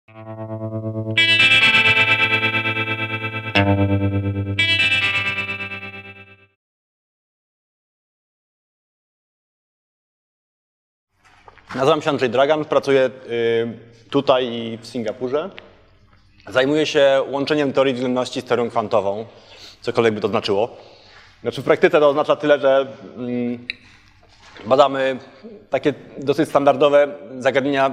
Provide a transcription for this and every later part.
Nazywam się Andrzej Dragan, pracuję tutaj i w Singapurze. Zajmuję się łączeniem teorii względności z teorią kwantową, cokolwiek by to znaczyło. Znaczy w praktyce to oznacza tyle, że badamy takie dosyć standardowe zagadnienia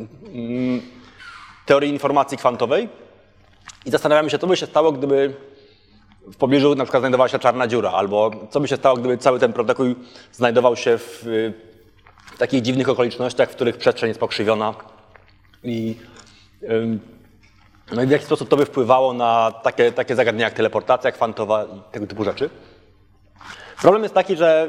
teorii informacji kwantowej i zastanawiamy się, co by się stało, gdyby w pobliżu na przykład znajdowała się czarna dziura, albo co by się stało, gdyby cały ten protokół znajdował się w takich dziwnych okolicznościach, w których przestrzeń jest pokrzywiona no i w jaki sposób to by wpływało na takie zagadnienia jak teleportacja kwantowa i tego typu rzeczy. Problem jest taki, że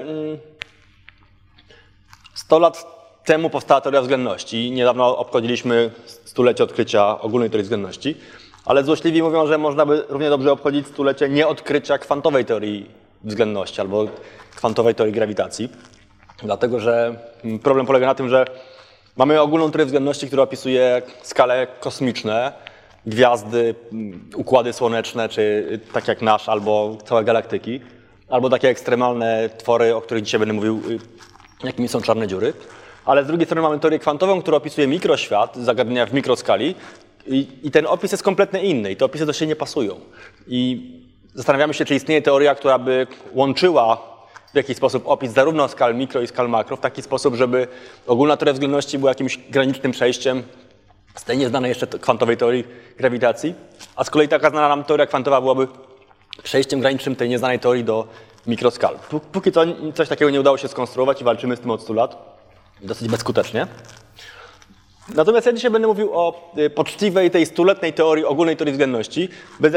100 lat temu powstała teoria względności. Niedawno obchodziliśmy stulecie odkrycia ogólnej teorii względności, ale złośliwi mówią, że można by równie dobrze obchodzić stulecie nieodkrycia kwantowej teorii względności albo kwantowej teorii grawitacji. Dlatego, że problem polega na tym, że mamy ogólną teorię względności, która opisuje skale kosmiczne, gwiazdy, układy słoneczne, czy tak jak nasz, albo całe galaktyki, albo takie ekstremalne twory, o których dzisiaj będę mówił, jakimi są czarne dziury. Ale z drugiej strony mamy teorię kwantową, która opisuje mikroświat, zagadnienia w mikroskali i ten opis jest kompletnie inny i te opisy do siebie nie pasują. I zastanawiamy się, czy istnieje teoria, która by łączyła w jakiś sposób opis zarówno skal mikro i skal makro w taki sposób, żeby ogólna teoria względności była jakimś granicznym przejściem z tej nieznanej jeszcze kwantowej teorii grawitacji, a z kolei taka znana nam teoria kwantowa byłaby przejściem granicznym tej nieznanej teorii do mikroskal. Póki co coś takiego nie udało się skonstruować i walczymy z tym od 100 lat, dosyć bezskutecznie. Natomiast ja dzisiaj będę mówił o poczciwej tej stuletniej teorii, ogólnej teorii względności,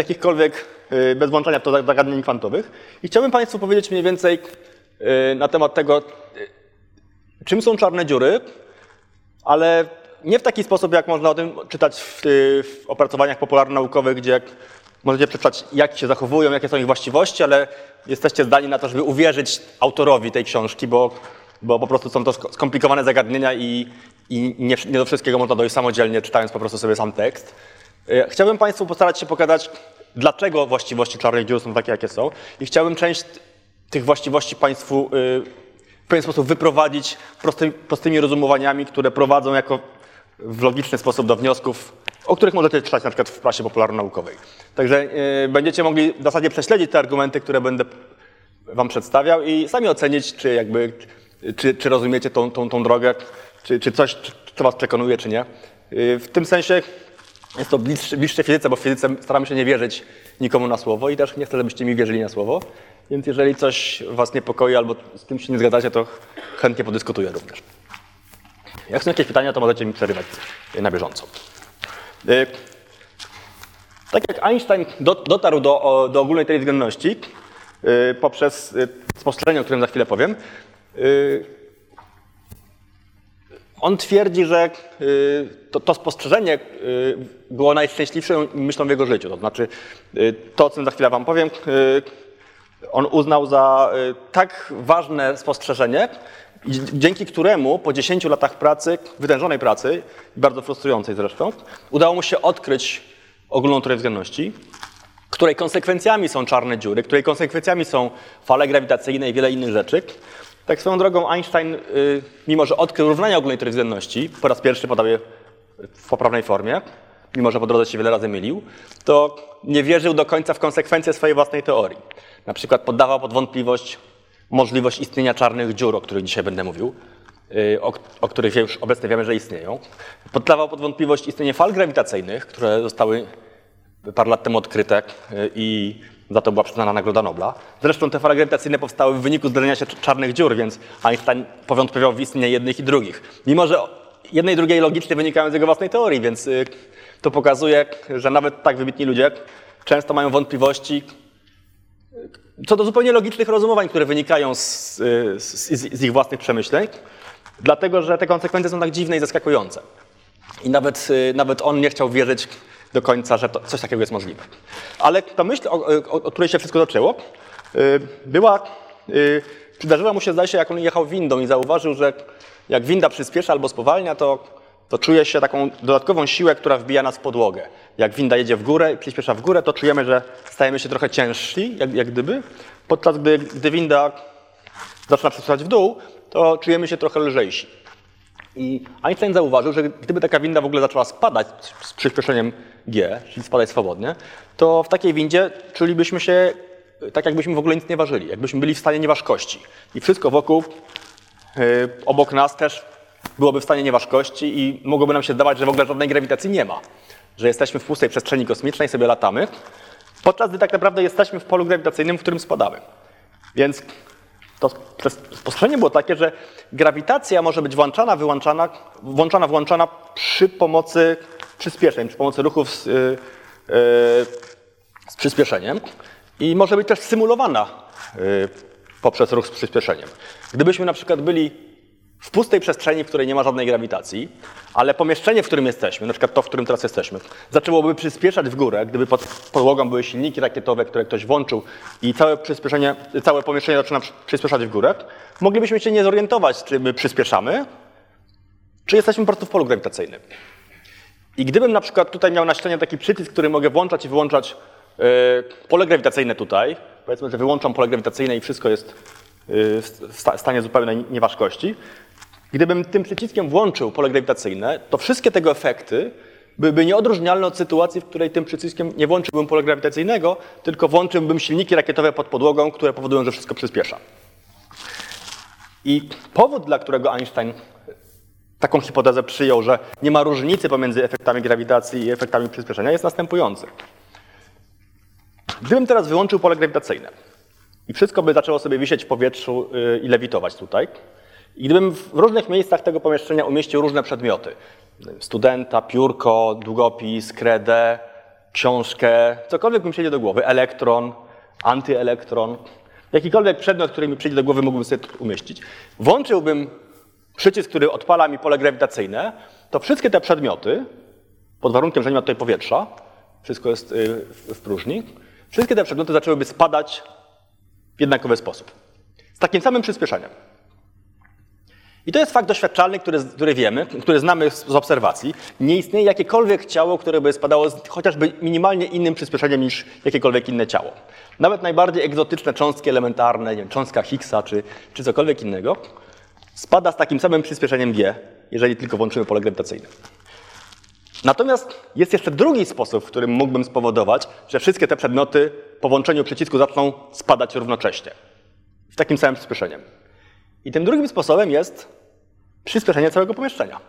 bez włączania w to zagadnień kwantowych. I chciałbym Państwu powiedzieć mniej więcej na temat tego, czym są czarne dziury, ale nie w taki sposób, jak można o tym czytać w opracowaniach popularno-naukowych, gdzie możecie przeczytać, jak się zachowują, jakie są ich właściwości, ale jesteście zdani na to, żeby uwierzyć autorowi tej książki, bo po prostu są to skomplikowane zagadnienia i nie do wszystkiego można dojść samodzielnie, czytając po prostu sobie sam tekst. Chciałbym Państwu postarać się pokazać, dlaczego właściwości czarnych dziur są takie, jakie są i chciałbym część tych właściwości Państwu w pewien sposób wyprowadzić prostymi rozumowaniami, które prowadzą w logiczny sposób do wniosków, o których możecie czytać na przykład w prasie popularno-naukowej. Także będziecie mogli w zasadzie prześledzić te argumenty, które będę Wam przedstawiał i sami ocenić, czy rozumiecie tą drogę, czy coś, co Was przekonuje, czy nie. W tym sensie jest to bliższe fizyce, bo w fizyce staramy się nie wierzyć nikomu na słowo i też nie chcę, żebyście mi wierzyli na słowo. Więc jeżeli coś Was niepokoi albo z tym się nie zgadzacie, to chętnie podyskutuję również. Jak są jakieś pytania, to możecie mi przerywać na bieżąco. Tak jak Einstein dotarł do ogólnej teorii względności poprzez spostrzeżenie, o którym za chwilę powiem, on twierdzi, że to spostrzeżenie było najszczęśliwszą myślą w jego życiu. To znaczy, to, o czym za chwilę Wam powiem, on uznał za tak ważne spostrzeżenie, dzięki któremu po 10 latach pracy, wytężonej pracy, bardzo frustrującej zresztą, udało mu się odkryć ogólną teorię względności, której konsekwencjami są czarne dziury, której konsekwencjami są fale grawitacyjne i wiele innych rzeczy. Tak swoją drogą Einstein, mimo że odkrył równania ogólnej teorii względności, po raz pierwszy podał je w poprawnej formie, mimo że po drodze się wiele razy mylił, to nie wierzył do końca w konsekwencje swojej własnej teorii. Na przykład poddawał pod wątpliwość możliwość istnienia czarnych dziur, o których dzisiaj będę mówił, o których już obecnie wiemy, że istnieją. Poddawał pod wątpliwość istnienie fal grawitacyjnych, które zostały parę lat temu odkryte i za to była przyznana Nagroda Nobla. Zresztą te fale grawitacyjne powstały w wyniku zderzenia się czarnych dziur, więc Einstein powątpiewał w istnienie jednych i drugich. Mimo że jedne i drugie logicznie wynikają z jego własnej teorii, więc to pokazuje, że nawet tak wybitni ludzie często mają wątpliwości co do zupełnie logicznych rozumowań, które wynikają z ich własnych przemyśleń, dlatego że te konsekwencje są tak dziwne i zaskakujące. I nawet on nie chciał wierzyć do końca, że coś takiego jest możliwe. Ale ta myśl, od której się wszystko zaczęło, przydarzyła mu się, zdaje się, jak on jechał windą i zauważył, że jak winda przyspiesza albo spowalnia, to to czuje się taką dodatkową siłę, która wbija nas w podłogę. Jak winda jedzie w górę i przyspiesza w górę, to czujemy, że stajemy się trochę ciężsi, jak gdyby, podczas gdy winda zaczyna przyspieszać w dół, to czujemy się trochę lżejsi. I Einstein zauważył, że gdyby taka winda w ogóle zaczęła spadać z przyspieszeniem g, czyli spadać swobodnie, to w takiej windzie czulibyśmy się tak, jakbyśmy w ogóle nic nie ważyli, jakbyśmy byli w stanie nieważkości. I wszystko wokół, obok nas też byłoby w stanie nieważkości i mogłoby nam się zdawać, że w ogóle żadnej grawitacji nie ma. Że jesteśmy w pustej przestrzeni kosmicznej, sobie latamy, podczas gdy tak naprawdę jesteśmy w polu grawitacyjnym, w którym spadamy. Więc to spostrzeżenie było takie, że grawitacja może być włączana, włączana przy pomocy przyspieszeń, przy pomocy ruchów z przyspieszeniem i może być też symulowana poprzez ruch z przyspieszeniem. Gdybyśmy na przykład byli w pustej przestrzeni, w której nie ma żadnej grawitacji, ale pomieszczenie, w którym jesteśmy, na przykład to, w którym teraz jesteśmy, zaczęłoby przyspieszać w górę, gdyby pod podłogą były silniki rakietowe, które ktoś włączył i całe pomieszczenie zaczyna przyspieszać w górę, moglibyśmy się nie zorientować, czy my przyspieszamy, czy jesteśmy po prostu w polu grawitacyjnym. I gdybym na przykład tutaj miał na ścianie taki przycisk, który mogę włączać i wyłączać pole grawitacyjne tutaj, powiedzmy, że wyłączam pole grawitacyjne i wszystko jest w stanie zupełnej nieważkości. Gdybym tym przyciskiem włączył pole grawitacyjne, to wszystkie tego efekty byłyby nieodróżnialne od sytuacji, w której tym przyciskiem nie włączyłbym pola grawitacyjnego, tylko włączyłbym silniki rakietowe pod podłogą, które powodują, że wszystko przyspiesza. I powód, dla którego Einstein taką hipotezę przyjął, że nie ma różnicy pomiędzy efektami grawitacji i efektami przyspieszenia, jest następujący. Gdybym teraz wyłączył pole grawitacyjne i wszystko by zaczęło sobie wisieć w powietrzu i lewitować tutaj, i gdybym w różnych miejscach tego pomieszczenia umieścił różne przedmioty, studenta, piórko, długopis, kredę, książkę, cokolwiek mi przyjdzie do głowy, elektron, antyelektron, jakikolwiek przedmiot, który mi przyjdzie do głowy, mógłbym sobie tu umieścić, włączyłbym przycisk, który odpala mi pole grawitacyjne, to wszystkie te przedmioty, pod warunkiem, że nie ma tutaj powietrza, wszystko jest w próżni, wszystkie te przedmioty zaczęłyby spadać w jednakowy sposób. Z takim samym przyspieszeniem. I to jest fakt doświadczalny, który wiemy, który znamy z obserwacji. Nie istnieje jakiekolwiek ciało, które by spadało z chociażby minimalnie innym przyspieszeniem niż jakiekolwiek inne ciało. Nawet najbardziej egzotyczne cząstki elementarne, nie wiem, cząstka Higgsa czy cokolwiek innego, spada z takim samym przyspieszeniem g, jeżeli tylko włączymy pole grawitacyjne. Natomiast jest jeszcze drugi sposób, w którym mógłbym spowodować, że wszystkie te przedmioty po włączeniu przycisku zaczną spadać równocześnie. W takim samym przyspieszeniem. I tym drugim sposobem jest przyspieszenie całego pomieszczenia.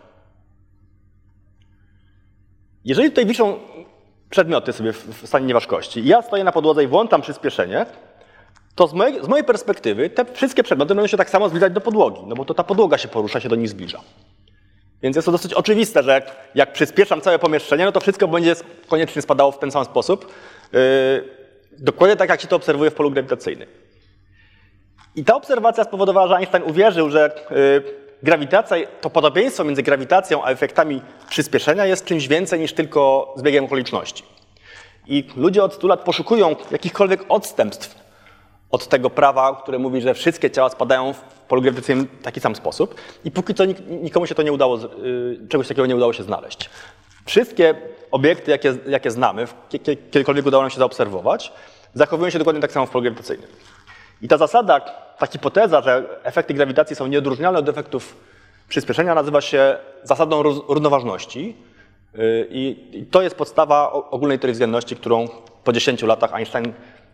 Jeżeli tutaj wiszą przedmioty sobie w stanie nieważkości i ja stoję na podłodze i włączam przyspieszenie, to z mojej perspektywy te wszystkie przedmioty będą się tak samo zbliżać do podłogi, no bo to ta podłoga się porusza, się do nich zbliża. Więc jest to dosyć oczywiste, że jak przyspieszam całe pomieszczenie, no to wszystko będzie koniecznie spadało w ten sam sposób. Dokładnie tak, jak się to obserwuje w polu grawitacyjnym. I ta obserwacja spowodowała, że Einstein uwierzył, że grawitacja, to podobieństwo między grawitacją a efektami przyspieszenia jest czymś więcej niż tylko zbiegiem okoliczności. I ludzie od 100 lat poszukują jakichkolwiek odstępstw od tego prawa, które mówi, że wszystkie ciała spadają w polu grawitacyjnym w taki sam sposób. I póki co nikomu się to nie udało, czegoś takiego nie udało się znaleźć. Wszystkie obiekty, jakie znamy, kiedykolwiek udało nam się zaobserwować, zachowują się dokładnie tak samo w polu grawitacyjnym. I ta zasada, ta hipoteza, że efekty grawitacji są nieodróżnialne od efektów przyspieszenia, nazywa się zasadą równoważności. I to jest podstawa ogólnej teorii względności, którą po 10 latach Einstein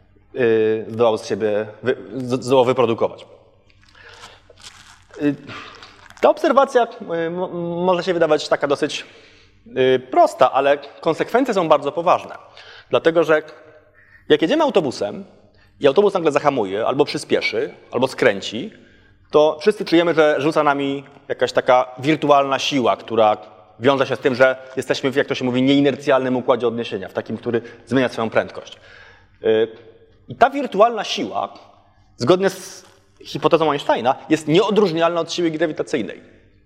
zdołał wyprodukować. Ta obserwacja może się wydawać taka dosyć prosta, ale konsekwencje są bardzo poważne. Dlatego, że jak jedziemy autobusem i autobus nagle zahamuje, albo przyspieszy, albo skręci, to wszyscy czujemy, że rzuca nami jakaś taka wirtualna siła, która wiąże się z tym, że jesteśmy w, jak to się mówi, nieinercjalnym układzie odniesienia, w takim, który zmienia swoją prędkość. I ta wirtualna siła, zgodnie z hipotezą Einsteina, jest nieodróżnialna od siły grawitacyjnej.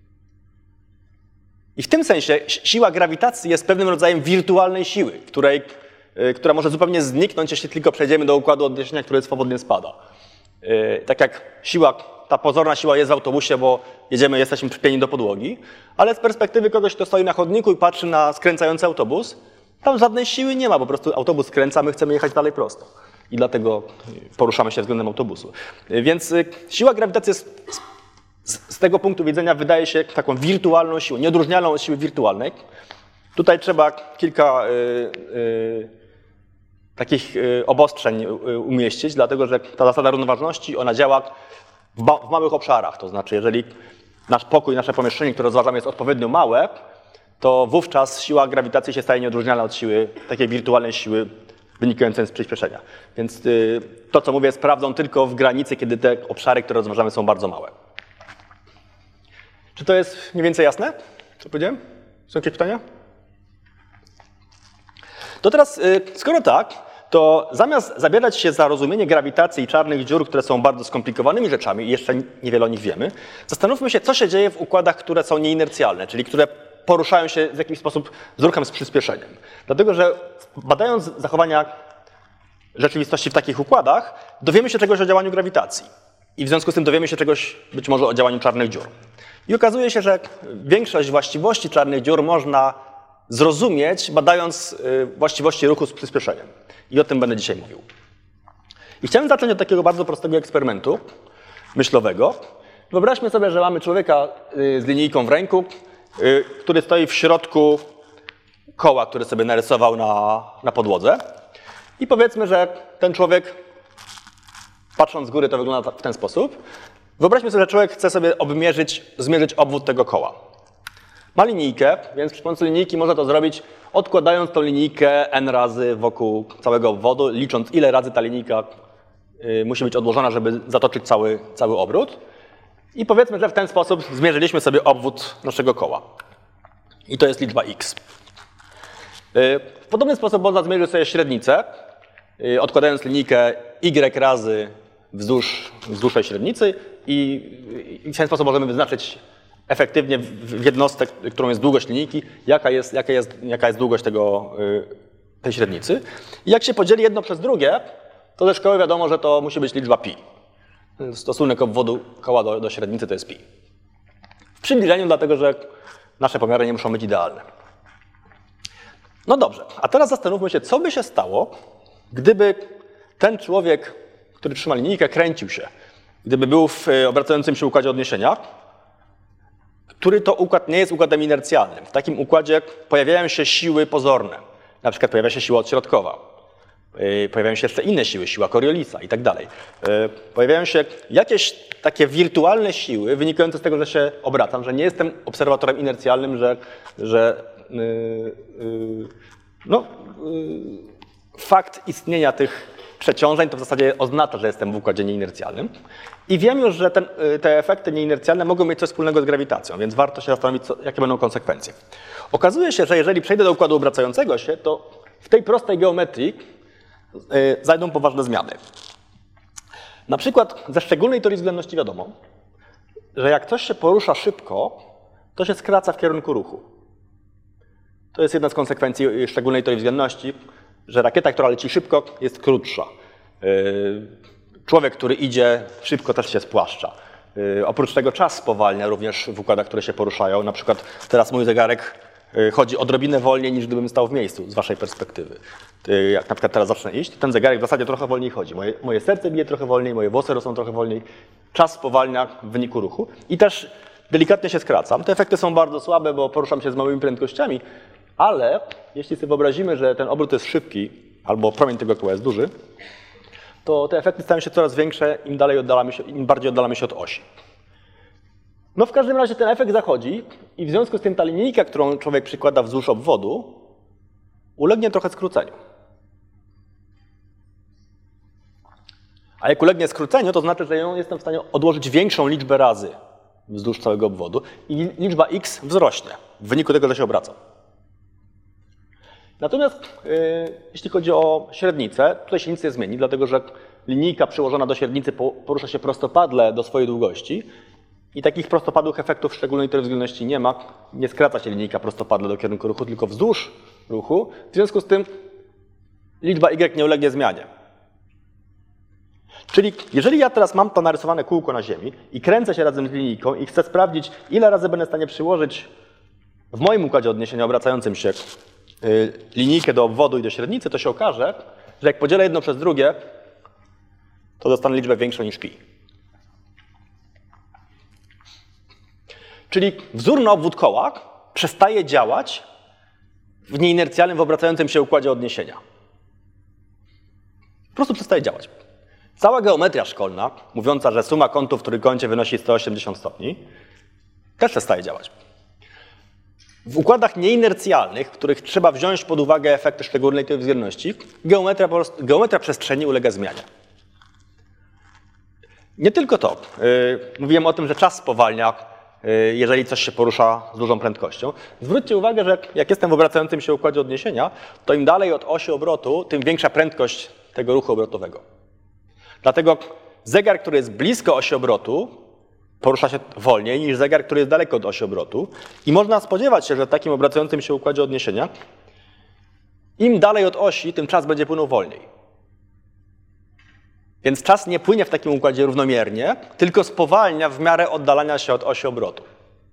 I w tym sensie siła grawitacji jest pewnym rodzajem wirtualnej siły, która może zupełnie zniknąć, jeśli tylko przejdziemy do układu odniesienia, który swobodnie spada. Tak jak siła ta pozorna siła jest w autobusie, bo jesteśmy przypieni do podłogi, ale z perspektywy kogoś, kto stoi na chodniku i patrzy na skręcający autobus, tam żadnej siły nie ma, po prostu autobus skręca, my chcemy jechać dalej prosto. I dlatego poruszamy się względem autobusu. Więc siła grawitacji z tego punktu widzenia wydaje się taką wirtualną siłą, nieodróżnialną od siły wirtualnej. Tutaj trzeba kilka takich obostrzeń umieścić, dlatego że ta zasada równoważności, ona działa w małych obszarach. To znaczy, jeżeli nasz pokój, nasze pomieszczenie, które rozważamy, jest odpowiednio małe, to wówczas siła grawitacji się staje nieodróżnialna od siły, takiej wirtualnej siły wynikającej z przyspieszenia. Więc to, co mówię, sprawdzą tylko w granicy, kiedy te obszary, które rozważamy, są bardzo małe. Czy to jest mniej więcej jasne, co powiedziałem? Są jakieś pytania? To teraz, skoro tak, to zamiast zabierać się za rozumienie grawitacji i czarnych dziur, które są bardzo skomplikowanymi rzeczami i jeszcze niewiele o nich wiemy, zastanówmy się, co się dzieje w układach, które są nieinercjalne, czyli które poruszają się w jakiś sposób z ruchem, z przyspieszeniem. Dlatego, że badając zachowania rzeczywistości w takich układach, dowiemy się czegoś o działaniu grawitacji. I w związku z tym dowiemy się czegoś być może o działaniu czarnych dziur. I okazuje się, że większość właściwości czarnych dziur można zrozumieć, badając właściwości ruchu z przyspieszeniem. I o tym będę dzisiaj mówił. I chciałem zacząć od takiego bardzo prostego eksperymentu myślowego. Wyobraźmy sobie, że mamy człowieka z linijką w ręku, który stoi w środku koła, które sobie narysował na podłodze. I powiedzmy, że ten człowiek, patrząc z góry, to wygląda w ten sposób. Wyobraźmy sobie, że człowiek chce sobie zmierzyć obwód tego koła. Ma linijkę, więc przy pomocy linijki można to zrobić, odkładając tą linijkę n razy wokół całego obwodu, licząc, ile razy ta linijka musi być odłożona, żeby zatoczyć cały obrót. I powiedzmy, że w ten sposób zmierzyliśmy sobie obwód naszego koła. I to jest liczba x. W podobny sposób można zmierzyć sobie średnicę, odkładając linijkę y razy wzdłuż tej średnicy i w ten sposób możemy wyznaczyć efektywnie w jednostkę, którą jest długość linijki, jaka jest długość tej średnicy. I jak się podzieli jedno przez drugie, to ze szkoły wiadomo, że to musi być liczba pi. Stosunek obwodu koła do średnicy to jest pi. W przybliżeniu, dlatego że nasze pomiary nie muszą być idealne. No dobrze, a teraz zastanówmy się, co by się stało, gdyby ten człowiek, który trzyma linijkę, kręcił się. Gdyby był w obracającym się układzie odniesienia, który to układ nie jest układem inercjalnym. W takim układzie pojawiają się siły pozorne. Na przykład pojawia się siła odśrodkowa. Pojawiają się jeszcze inne siły, siła Coriolisa i tak dalej. Pojawiają się jakieś takie wirtualne siły wynikające z tego, że się obracam, że nie jestem obserwatorem inercjalnym, fakt istnienia tych przeciążeń to w zasadzie oznacza, że jestem w układzie nieinercjalnym. I wiem już, że te efekty nieinercjalne mogą mieć coś wspólnego z grawitacją, więc warto się zastanowić, jakie będą konsekwencje. Okazuje się, że jeżeli przejdę do układu obracającego się, to w tej prostej geometrii zajdą poważne zmiany. Na przykład ze szczególnej teorii względności wiadomo, że jak coś się porusza szybko, to się skraca w kierunku ruchu. To jest jedna z konsekwencji szczególnej teorii względności, że rakieta, która leci szybko, jest krótsza. Człowiek, który idzie szybko, też się spłaszcza. Oprócz tego czas spowalnia również w układach, które się poruszają. Na przykład teraz mój zegarek chodzi odrobinę wolniej, niż gdybym stał w miejscu, z waszej perspektywy. Jak na przykład teraz zacznę iść, to ten zegarek w zasadzie trochę wolniej chodzi. Moje serce bije trochę wolniej, moje włosy rosną trochę wolniej. Czas spowalnia w wyniku ruchu. I też delikatnie się skracam. Te efekty są bardzo słabe, bo poruszam się z małymi prędkościami, ale jeśli sobie wyobrazimy, że ten obrót jest szybki, albo promień tego koła jest duży, to te efekty stają się coraz większe, im bardziej oddalamy się od osi. No w każdym razie ten efekt zachodzi i w związku z tym ta linijka, którą człowiek przykłada wzdłuż obwodu, ulegnie trochę skróceniu. A jak ulegnie skróceniu, to znaczy, że ją jestem w stanie odłożyć większą liczbę razy wzdłuż całego obwodu i liczba x wzrośnie w wyniku tego, że się obracam. Natomiast jeśli chodzi o średnicę, tutaj się nic nie zmieni, dlatego że linijka przyłożona do średnicy porusza się prostopadle do swojej długości i takich prostopadłych efektów szczególnej teorii względności nie ma. Nie skraca się linijka prostopadle do kierunku ruchu, tylko wzdłuż ruchu. W związku z tym liczba y nie ulegnie zmianie. Czyli jeżeli ja teraz mam to narysowane kółko na ziemi i kręcę się razem z linijką i chcę sprawdzić, ile razy będę w stanie przyłożyć w moim układzie odniesienia obracającym się linijkę do obwodu i do średnicy, to się okaże, że jak podzielę jedno przez drugie, to dostanę liczbę większą niż pi. Czyli wzór na obwód koła przestaje działać w nieinercjalnym, w obracającym się układzie odniesienia. Po prostu przestaje działać. Cała geometria szkolna, mówiąca, że suma kątów w trójkącie wynosi 180 stopni, też przestaje działać. W układach nieinercjalnych, w których trzeba wziąć pod uwagę efekty szczególnej tej względności, geometria przestrzeni ulega zmianie. Nie tylko to. Mówiłem o tym, że czas spowalnia, jeżeli coś się porusza z dużą prędkością. Zwróćcie uwagę, że jak jestem w obracającym się układzie odniesienia, to im dalej od osi obrotu, tym większa prędkość tego ruchu obrotowego. Dlatego zegar, który jest blisko osi obrotu, porusza się wolniej niż zegar, który jest daleko od osi obrotu. I można spodziewać się, że w takim obracającym się układzie odniesienia im dalej od osi, tym czas będzie płynął wolniej. Więc czas nie płynie w takim układzie równomiernie, tylko spowalnia w miarę oddalania się od osi obrotu.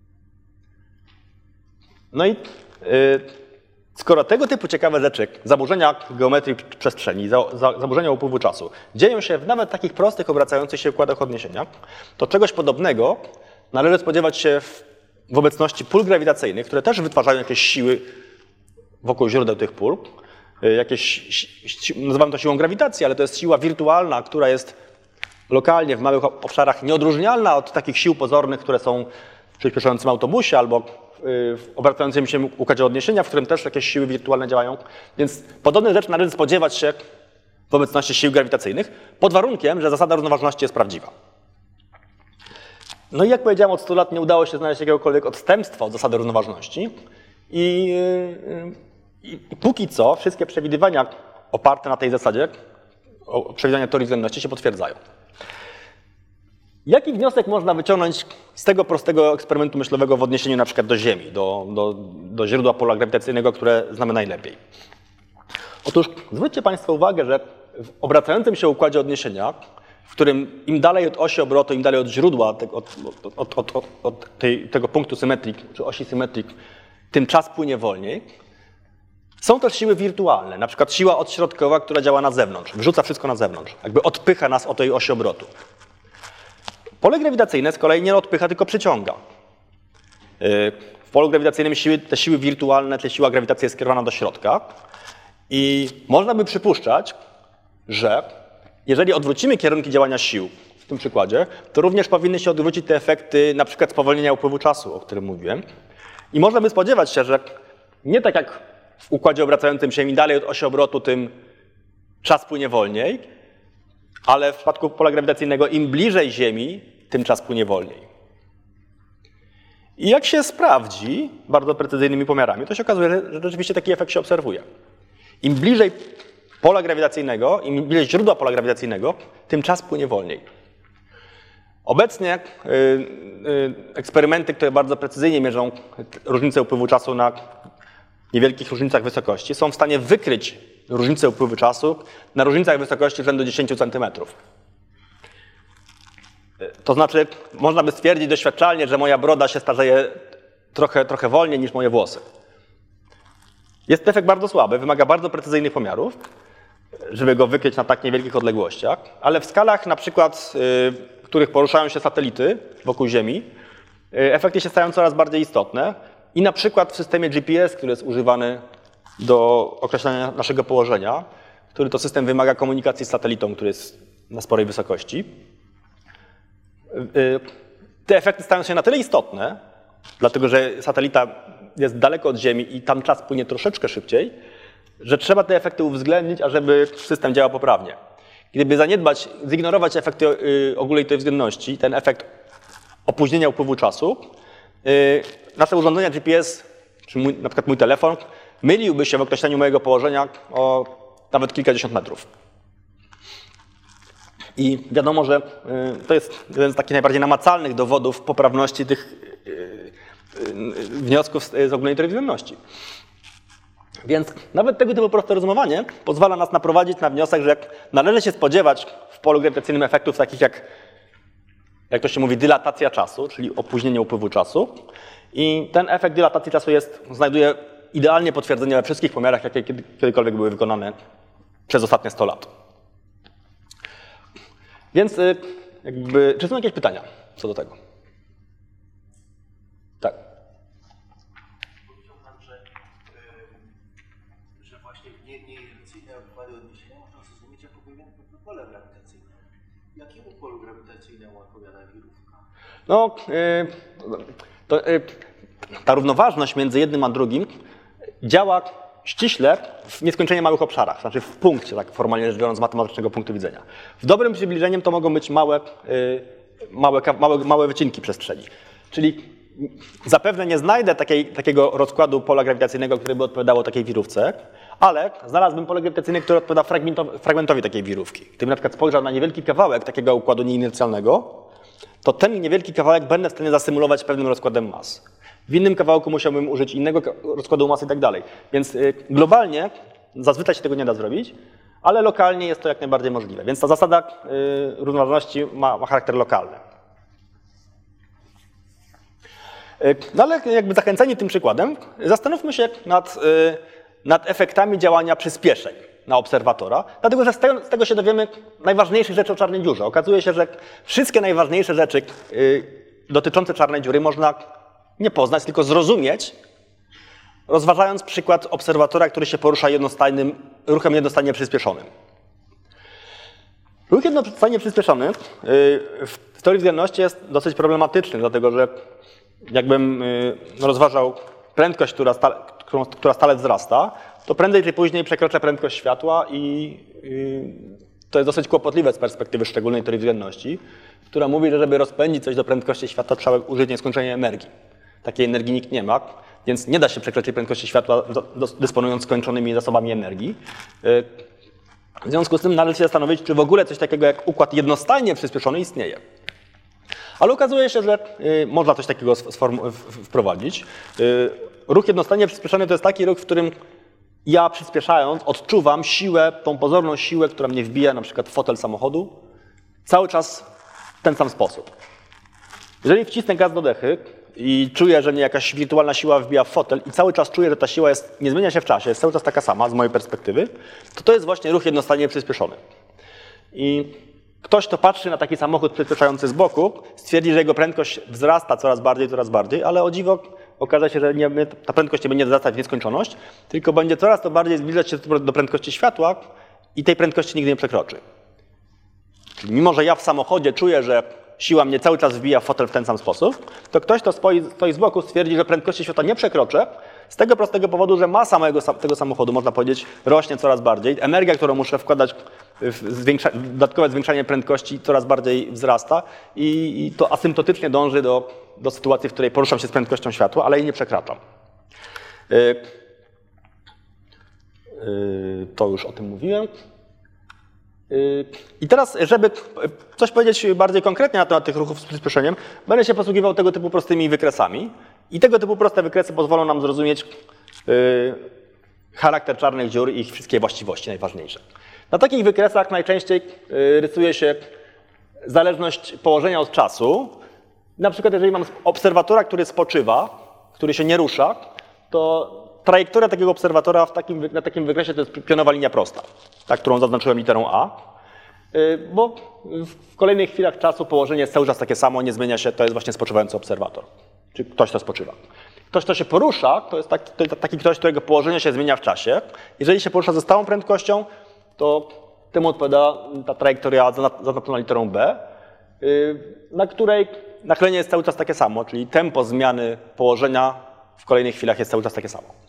No i skoro tego typu ciekawe rzeczy, zaburzenia geometrii przestrzeni, zaburzenia upływu czasu, dzieją się w nawet takich prostych, obracających się układach odniesienia, to czegoś podobnego należy spodziewać się w obecności pól grawitacyjnych, które też wytwarzają jakieś siły wokół źródeł tych pól. Nazywamy to siłą grawitacji, ale to jest siła wirtualna, która jest lokalnie w małych obszarach nieodróżnialna od takich sił pozornych, które są w przyspieszającym autobusie albo w obracającym się układzie odniesienia, w którym też jakieś siły wirtualne działają. Więc podobnych rzeczy należy spodziewać się w obecności sił grawitacyjnych, pod warunkiem, że zasada równoważności jest prawdziwa. No i jak powiedziałem, od 100 lat nie udało się znaleźć jakiegokolwiek odstępstwa od zasady równoważności i póki co wszystkie przewidywania oparte na tej zasadzie, przewidywania teorii względności się potwierdzają. Jaki wniosek można wyciągnąć z tego prostego eksperymentu myślowego w odniesieniu na przykład do Ziemi, do źródła pola grawitacyjnego, które znamy najlepiej? Otóż zwróćcie Państwo uwagę, że w obracającym się układzie odniesienia, w którym im dalej od osi obrotu, im dalej od źródła, tego punktu symetrii, czy osi symetrii, tym czas płynie wolniej, są też siły wirtualne, na przykład siła odśrodkowa, która działa na zewnątrz, wrzuca wszystko na zewnątrz, jakby odpycha nas od tej osi obrotu. Pole grawitacyjne z kolei nie odpycha, tylko przyciąga. W polu grawitacyjnym te siły wirtualne, czyli siła grawitacji jest skierowana do środka i można by przypuszczać, że jeżeli odwrócimy kierunki działania sił w tym przykładzie, to również powinny się odwrócić te efekty na przykład spowolnienia upływu czasu, o którym mówiłem. I można by spodziewać się, że nie tak jak w układzie obracającym się im dalej od osi obrotu, tym czas płynie wolniej, ale w przypadku pola grawitacyjnego im bliżej Ziemi, tym czas płynie wolniej. I jak się sprawdzi bardzo precyzyjnymi pomiarami, to się okazuje, że rzeczywiście taki efekt się obserwuje. Im bliżej pola grawitacyjnego, im bliżej źródła pola grawitacyjnego, tym czas płynie wolniej. Obecnie eksperymenty, które bardzo precyzyjnie mierzą różnicę upływu czasu na niewielkich różnicach wysokości, są w stanie wykryć różnicę upływu czasu na różnicach wysokości rzędu 10 cm. To znaczy, można by stwierdzić doświadczalnie, że moja broda się starzeje trochę wolniej niż moje włosy. Jest to efekt bardzo słaby, wymaga bardzo precyzyjnych pomiarów, żeby go wykryć na tak niewielkich odległościach, ale w skalach na przykład, w których poruszają się satelity wokół Ziemi, efekty się stają coraz bardziej istotne i na przykład w systemie GPS, który jest używany do określenia naszego położenia, który to system wymaga komunikacji z satelitą, który jest na sporej wysokości. Te efekty stają się na tyle istotne, dlatego że satelita jest daleko od Ziemi i tam czas płynie troszeczkę szybciej, że trzeba te efekty uwzględnić, ażeby system działał poprawnie. Gdyby zaniedbać, zignorować efekty ogólnej tej względności, ten efekt opóźnienia upływu czasu, nasze urządzenia GPS, czy na przykład mój telefon, myliłby się w określeniu mojego położenia o nawet kilkadziesiąt metrów. I wiadomo, że to jest jeden z takich najbardziej namacalnych dowodów poprawności tych wniosków z ogólnej teorii względności. Więc nawet tego typu proste rozumowanie pozwala nas naprowadzić na wniosek, że należy się spodziewać w polu grawitacyjnym efektów takich jak to się mówi, dylatacja czasu, czyli opóźnienie upływu czasu. I ten efekt dylatacji czasu znajduje idealnie potwierdzenie we wszystkich pomiarach, jakie kiedykolwiek były wykonane przez ostatnie 100 lat. Więc czy są jakieś pytania co do tego? Tak. Powiedział Pan, że właśnie nieinercyjne układy odniesienia można zrozumieć jako pewne pole grawitacyjne. Jakiemu polu grawitacyjnemu odpowiada wirówka? No, ta równoważność między jednym a drugim działa ściśle w nieskończenie małych obszarach, znaczy w punkcie, tak formalnie rzecz biorąc, z matematycznego punktu widzenia. W dobrym przybliżeniem to mogą być małe wycinki przestrzeni. Czyli zapewne nie znajdę takiego rozkładu pola grawitacyjnego, który by odpowiadało takiej wirówce, ale znalazłbym pole grawitacyjne, które odpowiada fragmentowi takiej wirówki. Gdybym na przykład spojrzał na niewielki kawałek takiego układu nieinercjalnego, to ten niewielki kawałek będę w stanie zasymulować pewnym rozkładem mas. W innym kawałku musiałbym użyć innego rozkładu masy i tak dalej. Więc globalnie zazwyczaj się tego nie da zrobić, ale lokalnie jest to jak najbardziej możliwe. Więc ta zasada równoważności ma charakter lokalny. No ale jakby zachęceni tym przykładem, zastanówmy się nad efektami działania przyspieszeń na obserwatora, dlatego że z tego się dowiemy najważniejszych rzeczy o czarnej dziurze. Okazuje się, że wszystkie najważniejsze rzeczy dotyczące czarnej dziury można nie poznać, tylko zrozumieć, rozważając przykład obserwatora, który się porusza ruchem jednostajnie przyspieszonym. Ruch jednostajnie przyspieszony w teorii względności jest dosyć problematyczny, dlatego że jakbym rozważał prędkość, która stale wzrasta, to prędzej czy później przekroczę prędkość światła i to jest dosyć kłopotliwe z perspektywy szczególnej teorii względności, która mówi, że żeby rozpędzić coś do prędkości światła, trzeba użyć nieskończenie energii. Takiej energii nikt nie ma, więc nie da się przekroczyć prędkości światła dysponując skończonymi zasobami energii. W związku z tym należy się zastanowić, czy w ogóle coś takiego jak układ jednostajnie przyspieszony istnieje. Ale okazuje się, że można coś takiego wprowadzić. Ruch jednostajnie przyspieszony to jest taki ruch, w którym ja przyspieszając odczuwam siłę, tą pozorną siłę, która mnie wbija na przykład w fotel samochodu, cały czas w ten sam sposób. Jeżeli wcisnę gaz do dechy i czuję, że mnie jakaś wirtualna siła wbija w fotel i cały czas czuję, że ta siła nie zmienia się w czasie, jest cały czas taka sama z mojej perspektywy, to jest właśnie ruch jednostajnie przyspieszony. I ktoś, kto patrzy na taki samochód przyspieszający z boku, stwierdzi, że jego prędkość wzrasta coraz bardziej, ale o dziwo okaże się, że ta prędkość nie będzie wzrastać w nieskończoność, tylko będzie coraz to bardziej zbliżać się do prędkości światła i tej prędkości nigdy nie przekroczy. Czyli mimo, że ja w samochodzie czuję, że siła mnie cały czas wbija w fotel w ten sam sposób, to ktoś, kto stoi z boku, stwierdzi, że prędkości światła nie przekroczę, z tego prostego powodu, że masa tego samochodu, można powiedzieć, rośnie coraz bardziej. Energia, którą muszę wkładać w dodatkowe zwiększanie prędkości, coraz bardziej wzrasta i to asymptotycznie dąży do sytuacji, w której poruszam się z prędkością światła, ale jej nie przekraczam. To już o tym mówiłem. I teraz, żeby coś powiedzieć bardziej konkretnie na temat tych ruchów z przyspieszeniem, będę się posługiwał tego typu prostymi wykresami. I tego typu proste wykresy pozwolą nam zrozumieć charakter czarnych dziur i ich wszystkie właściwości najważniejsze. Na takich wykresach najczęściej rysuje się zależność położenia od czasu. Na przykład jeżeli mam obserwatora, który spoczywa, który się nie rusza, to trajektoria takiego obserwatora na takim wykresie to jest pionowa linia prosta, ta, którą zaznaczyłem literą A, bo w kolejnych chwilach czasu położenie jest cały czas takie samo, nie zmienia się, to jest właśnie spoczywający obserwator, czy ktoś, kto spoczywa. Ktoś, kto się porusza, to jest taki ktoś, którego położenie się zmienia w czasie. Jeżeli się porusza ze stałą prędkością, to temu odpowiada ta trajektoria zaznaczona literą B, na której nachylenie jest cały czas takie samo, czyli tempo zmiany położenia w kolejnych chwilach jest cały czas takie samo.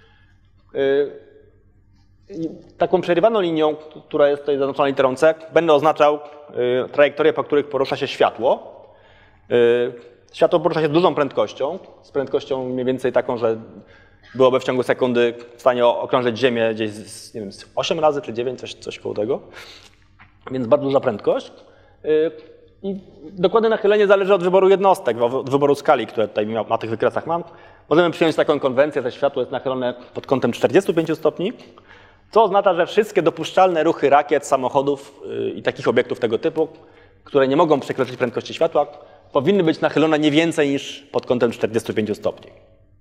Taką przerywaną linią, która jest tutaj zaznaczona literą C, będę oznaczał trajektorie, po których porusza się światło. Światło porusza się z dużą prędkością, z prędkością mniej więcej taką, że byłoby w ciągu sekundy w stanie okrążyć Ziemię gdzieś nie wiem, 8 razy czy 9, coś koło tego. Więc bardzo duża prędkość. I dokładne nachylenie zależy od wyboru jednostek, od wyboru skali, które tutaj na tych wykresach mam. Możemy przyjąć taką konwencję, że światło jest nachylone pod kątem 45 stopni, co oznacza, że wszystkie dopuszczalne ruchy rakiet, samochodów i takich obiektów tego typu, które nie mogą przekroczyć prędkości światła, powinny być nachylone nie więcej niż pod kątem 45 stopni.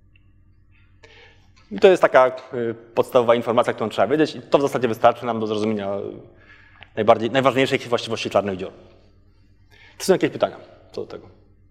I to jest taka podstawowa informacja, którą trzeba wiedzieć i to w zasadzie wystarczy nam do zrozumienia najważniejszych właściwości czarnych dziur. Czy są jakieś pytania co do tego?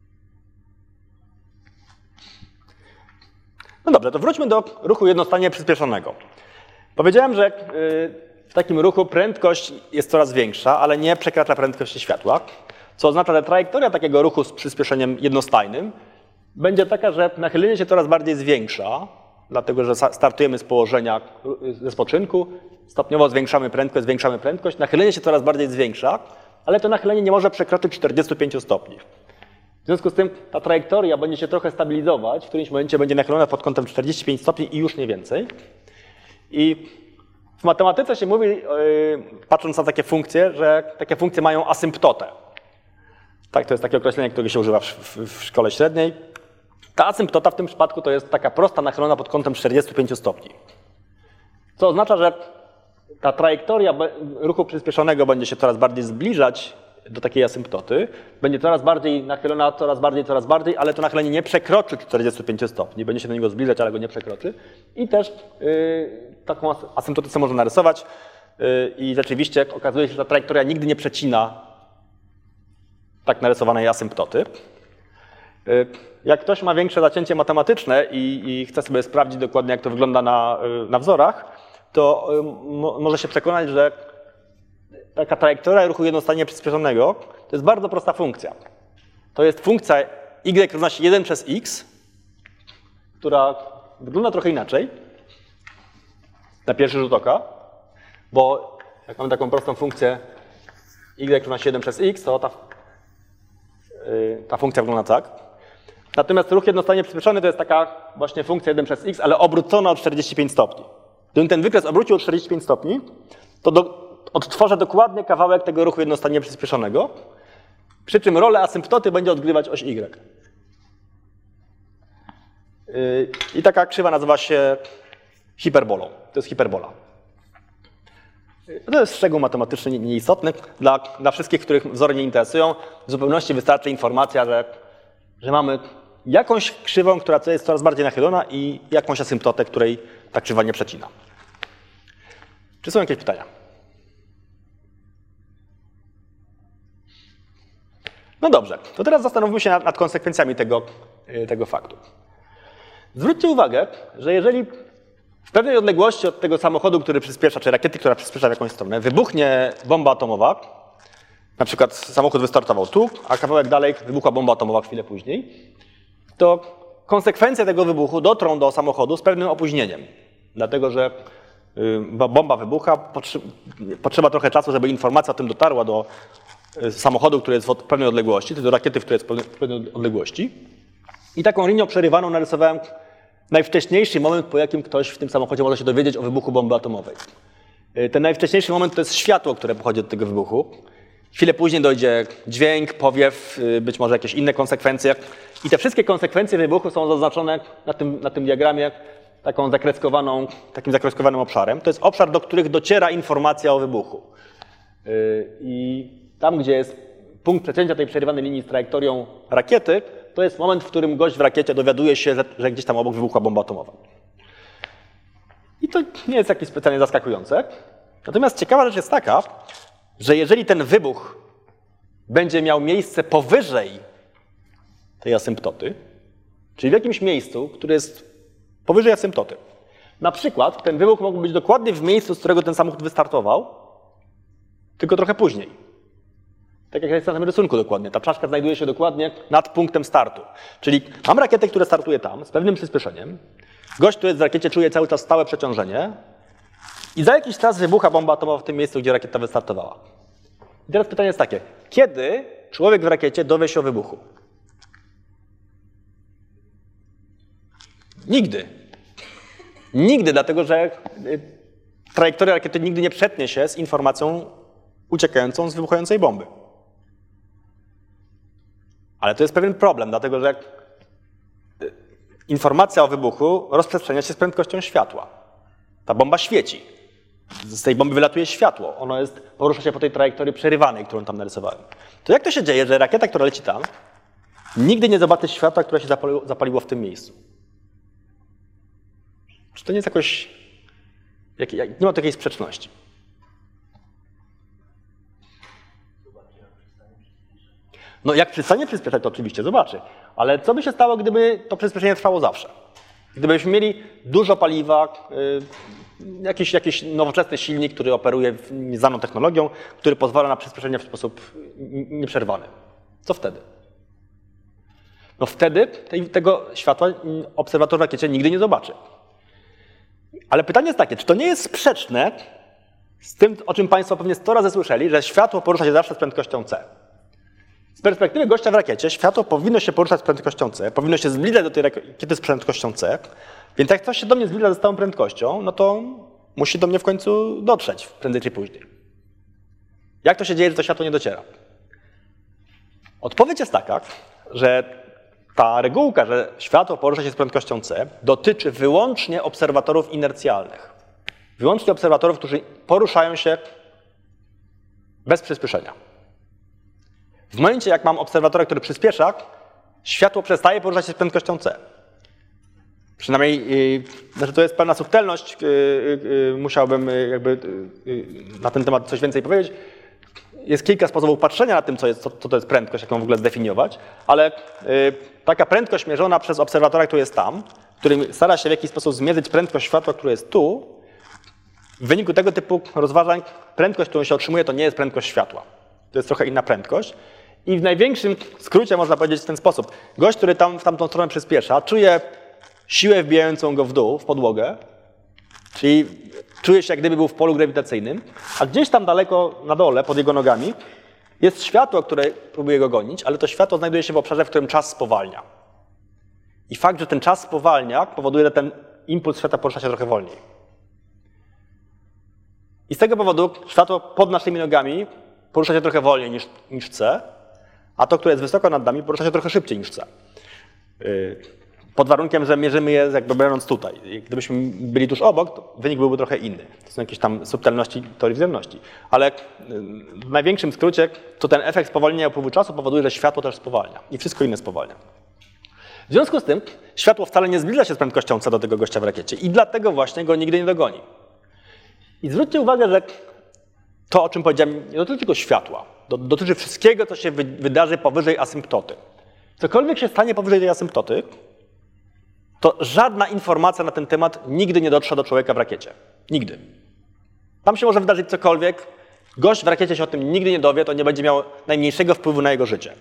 No dobrze, to wróćmy do ruchu jednostronnie przyspieszonego. Powiedziałem, że w takim ruchu prędkość jest coraz większa, ale nie przekracza prędkości światła, co oznacza, że trajektoria takiego ruchu z przyspieszeniem jednostajnym będzie taka, że nachylenie się coraz bardziej zwiększa, dlatego że startujemy z położenia ze spoczynku, stopniowo zwiększamy prędkość, nachylenie się coraz bardziej zwiększa, ale to nachylenie nie może przekroczyć 45 stopni. W związku z tym ta trajektoria będzie się trochę stabilizować, w którymś momencie będzie nachylona pod kątem 45 stopni i już nie więcej. I w matematyce się mówi, patrząc na takie funkcje, że takie funkcje mają asymptotę. Tak, to jest takie określenie, które się używa w szkole średniej. Ta asymptota w tym przypadku to jest taka prosta nachylona pod kątem 45 stopni. Co oznacza, że ta trajektoria ruchu przyspieszonego będzie się coraz bardziej zbliżać do takiej asymptoty, będzie coraz bardziej nachylona, coraz bardziej, ale to nachylenie nie przekroczy 45 stopni, będzie się do niego zbliżać, ale go nie przekroczy. I też taką asymptotę sobie można narysować i rzeczywiście okazuje się, że ta trajektoria nigdy nie przecina tak narysowanej asymptoty. Jak ktoś ma większe zacięcie matematyczne i chce sobie sprawdzić dokładnie, jak to wygląda na wzorach, to może się przekonać, że taka trajektoria ruchu jednostronnie przyspieszonego to jest bardzo prosta funkcja. To jest funkcja y równa się 1 przez x, która wygląda trochę inaczej na pierwszy rzut oka, bo jak mamy taką prostą funkcję y równa się 1 przez x, to ta funkcja wygląda tak. Natomiast ruch jednostronnie przyspieszony to jest taka właśnie funkcja 1 przez x, ale obrócona o 45 stopni. Gdybym ten wykres obrócił o 45 stopni, to odtworzę dokładnie kawałek tego ruchu jednostronnie przyspieszonego, przy czym rolę asymptoty będzie odgrywać oś y. I taka krzywa nazywa się hiperbolą. To jest hiperbola. To jest szczegół matematyczny nieistotny. Dla wszystkich, których wzory nie interesują, w zupełności wystarczy informacja, że mamy jakąś krzywą, która jest coraz bardziej nachylona i jakąś asymptotę, której ta krzywa nie przecina. Czy są jakieś pytania? No dobrze, to teraz zastanówmy się nad konsekwencjami tego faktu. Zwróćcie uwagę, że jeżeli w pewnej odległości od tego samochodu, który przyspiesza, czy rakiety, która przyspiesza w jakąś stronę, wybuchnie bomba atomowa, na przykład samochód wystartował tu, a kawałek dalej wybuchła bomba atomowa chwilę później, to konsekwencje tego wybuchu dotrą do samochodu z pewnym opóźnieniem. Dlatego, że bomba wybucha, potrzeba trochę czasu, żeby informacja o tym dotarła do samochodu, który jest w pewnej odległości, czy do rakiety, która jest w pewnej odległości. I taką linią przerywaną narysowałem najwcześniejszy moment, po jakim ktoś w tym samochodzie może się dowiedzieć o wybuchu bomby atomowej. Ten najwcześniejszy moment to jest światło, które pochodzi od tego wybuchu. Chwilę później dojdzie dźwięk, powiew, być może jakieś inne konsekwencje. I te wszystkie konsekwencje wybuchu są zaznaczone na tym diagramie takim zakreskowanym obszarem. To jest obszar, do których dociera informacja o wybuchu. I tam, gdzie jest punkt przecięcia tej przerywanej linii z trajektorią rakiety, to jest moment, w którym gość w rakiecie dowiaduje się, że gdzieś tam obok wybuchła bomba atomowa. I to nie jest jakieś specjalnie zaskakujące. Natomiast ciekawa rzecz jest taka, że jeżeli ten wybuch będzie miał miejsce powyżej tej asymptoty, czyli w jakimś miejscu, które jest powyżej asymptoty. Na przykład ten wybuch mógł być dokładnie w miejscu, z którego ten samochód wystartował, tylko trochę później. Tak jak jest na tym rysunku dokładnie. Ta czaszka znajduje się dokładnie nad punktem startu. Czyli mam rakietę, która startuje tam z pewnym przyspieszeniem. Gość, który jest w rakiecie, czuje cały czas stałe przeciążenie. I za jakiś czas wybucha bomba atomowa w tym miejscu, gdzie rakieta wystartowała. I teraz pytanie jest takie. Kiedy człowiek w rakiecie dowie się o wybuchu? Nigdy. Nigdy, dlatego że trajektoria rakiety nigdy nie przetnie się z informacją uciekającą z wybuchającej bomby. Ale to jest pewien problem, dlatego że informacja o wybuchu rozprzestrzenia się z prędkością światła. Ta bomba świeci. Z tej bomby wylatuje światło. Ono porusza się po tej trajektorii przerywanej, którą tam narysowałem. To jak to się dzieje, że rakieta, która leci tam, nigdy nie zobaczy światła, które się zapaliło w tym miejscu? Czy to nie jest jakoś... Nie ma takiej sprzeczności. No jak przestanie przyspieszać, to oczywiście zobaczy. Ale co by się stało, gdyby to przyspieszenie trwało zawsze? Gdybyśmy mieli dużo paliwa, jakiś nowoczesny silnik, który operuje nieznaną technologią, który pozwala na przyspieszenie w sposób nieprzerwany. Co wtedy? No wtedy tego światła obserwator w rakiecie nigdy nie zobaczy. Ale pytanie jest takie, czy to nie jest sprzeczne z tym, o czym Państwo pewnie 100 razy słyszeli, że światło porusza się zawsze z prędkością c. Z perspektywy gościa w rakiecie światło powinno się poruszać z prędkością c, powinno się zbliżać do tej rakiety z prędkością c, więc jak coś się do mnie zbliża ze stałą prędkością, no to musi do mnie w końcu dotrzeć, prędzej czy później. Jak to się dzieje, że to światło nie dociera? Odpowiedź jest taka, że ta regułka, że światło porusza się z prędkością c, dotyczy wyłącznie obserwatorów inercjalnych. Wyłącznie obserwatorów, którzy poruszają się bez przyspieszenia. W momencie, jak mam obserwatora, który przyspiesza, światło przestaje poruszać się z prędkością c. Przynajmniej, znaczy to jest pewna subtelność, musiałbym jakby na ten temat coś więcej powiedzieć. Jest kilka sposobów patrzenia na tym, co to jest prędkość, jak ją w ogóle zdefiniować, ale taka prędkość mierzona przez obserwatora, który jest tam, który stara się w jakiś sposób zmierzyć prędkość światła, które jest tu, w wyniku tego typu rozważań prędkość, którą się otrzymuje, to nie jest prędkość światła. To jest trochę inna prędkość. I w największym skrócie można powiedzieć w ten sposób. Gość, który tam w tamtą stronę przyspiesza, czuje siłę wbijającą go w dół, w podłogę, czyli czuje się, jak gdyby był w polu grawitacyjnym, a gdzieś tam daleko na dole, pod jego nogami, jest światło, które próbuje go gonić, ale to światło znajduje się w obszarze, w którym czas spowalnia. I fakt, że ten czas spowalnia, powoduje, że ten impuls światła porusza się trochę wolniej. I z tego powodu światło pod naszymi nogami porusza się trochę wolniej niż C, a to, które jest wysoko nad nami, porusza się trochę szybciej niż C. Pod warunkiem, że mierzymy je jakby będąc tutaj. Gdybyśmy byli tuż obok, to wynik byłby trochę inny. To są jakieś tam subtelności teorii względności. Ale w największym skrócie, to ten efekt spowolnienia upływu czasu powoduje, że światło też spowalnia i wszystko inne spowalnia. W związku z tym światło wcale nie zbliża się z prędkością c do tego gościa w rakiecie i dlatego właśnie go nigdy nie dogoni. I zwróćcie uwagę, że to, o czym powiedziałem, nie dotyczy tylko światła. Dotyczy wszystkiego, co się wydarzy powyżej asymptoty. Cokolwiek się stanie powyżej tej asymptoty, to żadna informacja na ten temat nigdy nie dotrze do człowieka w rakiecie. Nigdy. Tam się może wydarzyć cokolwiek, gość w rakiecie się o tym nigdy nie dowie, to nie będzie miał najmniejszego wpływu na jego życie.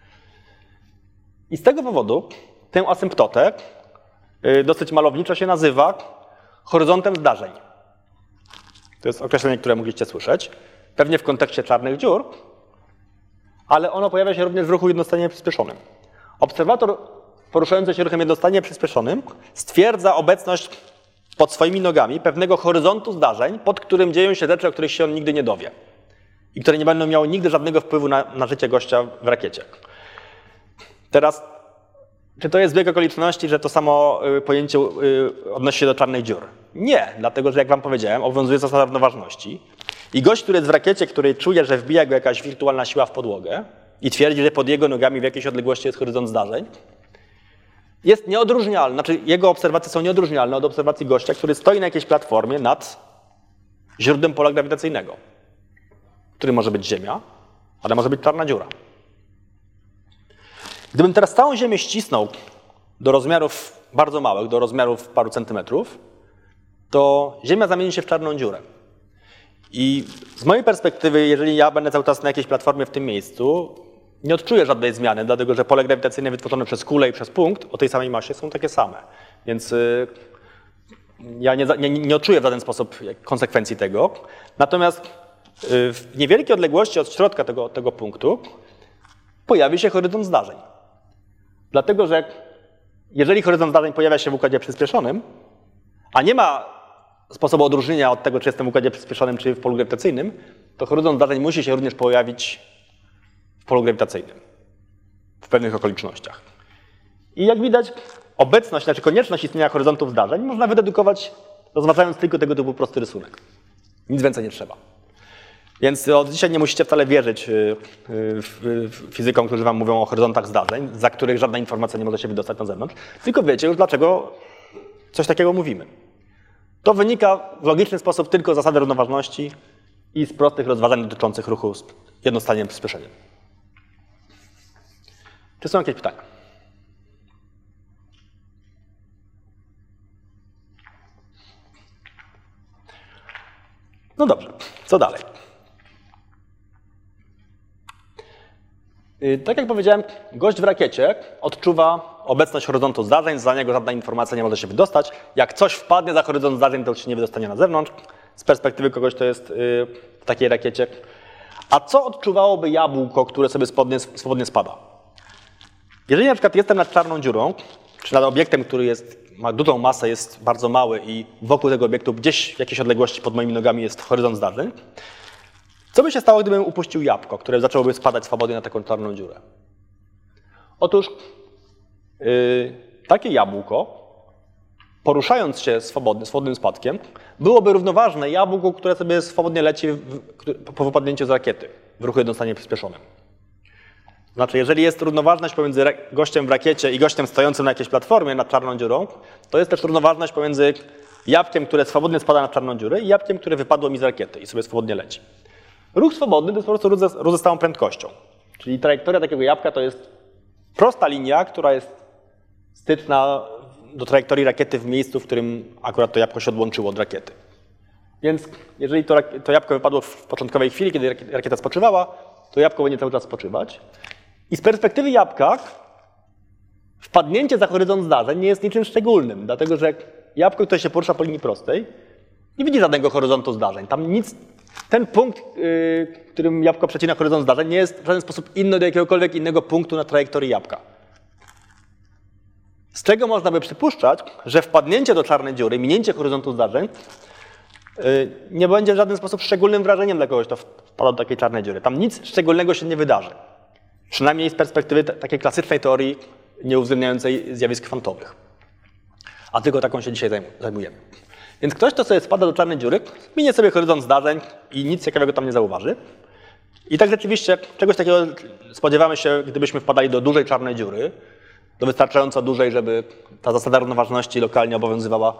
I z tego powodu tę asymptotę dosyć malowniczo się nazywa horyzontem zdarzeń. To jest określenie, które mogliście słyszeć, pewnie w kontekście czarnych dziur, ale ono pojawia się również w ruchu jednostronnie przyspieszonym. Obserwator poruszający się ruchem jednostronnie przyspieszonym stwierdza obecność pod swoimi nogami pewnego horyzontu zdarzeń, pod którym dzieją się rzeczy, o których się on nigdy nie dowie i które nie będą miały nigdy żadnego wpływu na życie gościa w rakiecie. Teraz, czy to jest zbieg okoliczności, że to samo pojęcie odnosi się do czarnych dziur? Nie, dlatego że jak wam powiedziałem, obowiązuje zasada równoważności i gość, który jest w rakiecie, który czuje, że wbija go jakaś wirtualna siła w podłogę i twierdzi, że pod jego nogami w jakiejś odległości jest horyzont zdarzeń, jest nieodróżnialny, znaczy jego obserwacje są nieodróżnialne od obserwacji gościa, który stoi na jakiejś platformie nad źródłem pola grawitacyjnego, który może być Ziemia, ale może być czarna dziura. Gdybym teraz całą Ziemię ścisnął do rozmiarów bardzo małych, do rozmiarów paru centymetrów, to Ziemia zamieni się w czarną dziurę. I z mojej perspektywy, jeżeli ja będę cały czas na jakiejś platformie w tym miejscu, nie odczuję żadnej zmiany, dlatego że pole grawitacyjne wytworzone przez kulę i przez punkt o tej samej masie są takie same. Więc ja nie odczuję w żaden sposób konsekwencji tego. Natomiast w niewielkiej odległości od środka tego punktu pojawi się horyzont zdarzeń. Dlatego, że jeżeli horyzont zdarzeń pojawia się w układzie przyspieszonym, a nie ma sposobu odróżnienia od tego, czy jestem w układzie przyspieszonym, czy w polu grawitacyjnym, to horyzont zdarzeń musi się również pojawić w polu grawitacyjnym. w pewnych okolicznościach. I jak widać, obecność, znaczy konieczność istnienia horyzontów zdarzeń można wydedukować, rozważając tylko tego typu prosty rysunek. Nic więcej nie trzeba. Więc od dzisiaj nie musicie wcale wierzyć fizykom, którzy wam mówią o horyzontach zdarzeń, za których żadna informacja nie może się wydostać na zewnątrz, tylko wiecie już, dlaczego coś takiego mówimy. To wynika w logiczny sposób tylko z zasady równoważności i z prostych rozwiązań dotyczących ruchu z jednostronnym przyspieszeniem. Czy są jakieś pytania? No dobrze, co dalej? Tak jak powiedziałem, gość w rakiecie odczuwa obecność horyzontu zdarzeń, za niego żadna informacja nie może się wydostać. Jak coś wpadnie za horyzont zdarzeń, to już się nie wydostanie na zewnątrz. Z perspektywy kogoś to jest w takiej rakiecie. A co odczuwałoby jabłko, które sobie swobodnie spada? Jeżeli na przykład jestem nad czarną dziurą, czy nad obiektem, który ma dużą masę, jest bardzo mały i wokół tego obiektu gdzieś w jakiejś odległości pod moimi nogami jest horyzont zdarzeń, co by się stało, gdybym upuścił jabłko, które zaczęłoby spadać swobodnie na taką czarną dziurę? Otóż takie jabłko, poruszając się swobodnym spadkiem, byłoby równoważne jabłku, które sobie swobodnie leci po wypadnięciu z rakiety w ruchu jednostronnie przyspieszonym. Znaczy, jeżeli jest równoważność pomiędzy gościem w rakiecie i gościem stojącym na jakiejś platformie nad czarną dziurą, to jest też równoważność pomiędzy jabłkiem, które swobodnie spada na czarną dziurę i jabłkiem, które wypadło mi z rakiety i sobie swobodnie leci. Ruch swobodny to jest po prostu ruch ze stałą prędkością. Czyli trajektoria takiego jabłka to jest prosta linia, która jest styczna do trajektorii rakiety w miejscu, w którym akurat to jabłko się odłączyło od rakiety. Więc jeżeli to jabłko wypadło w początkowej chwili, kiedy rakieta spoczywała, to jabłko będzie cały czas spoczywać. I z perspektywy jabłka wpadnięcie za horyzont zdarzeń nie jest niczym szczególnym, dlatego że jabłko, które się porusza po linii prostej, nie widzi żadnego horyzontu zdarzeń. Tam nic, ten punkt, którym jabłko przecina horyzont zdarzeń, nie jest w żaden sposób inny od jakiegokolwiek innego punktu na trajektorii jabłka. Z czego można by przypuszczać, że wpadnięcie do czarnej dziury, minięcie horyzontu zdarzeń nie będzie w żaden sposób szczególnym wrażeniem dla kogoś, kto wpada do takiej czarnej dziury. Tam nic szczególnego się nie wydarzy. Przynajmniej z perspektywy takiej klasycznej teorii nieuwzględniającej zjawisk kwantowych. A tylko taką się dzisiaj zajmujemy. Więc ktoś, kto sobie spada do czarnej dziury, minie sobie horyzont zdarzeń i nic ciekawego tam nie zauważy. I tak rzeczywiście czegoś takiego spodziewamy się, gdybyśmy wpadali do dużej czarnej dziury, do wystarczająco dużej, żeby ta zasada równoważności lokalnie obowiązywała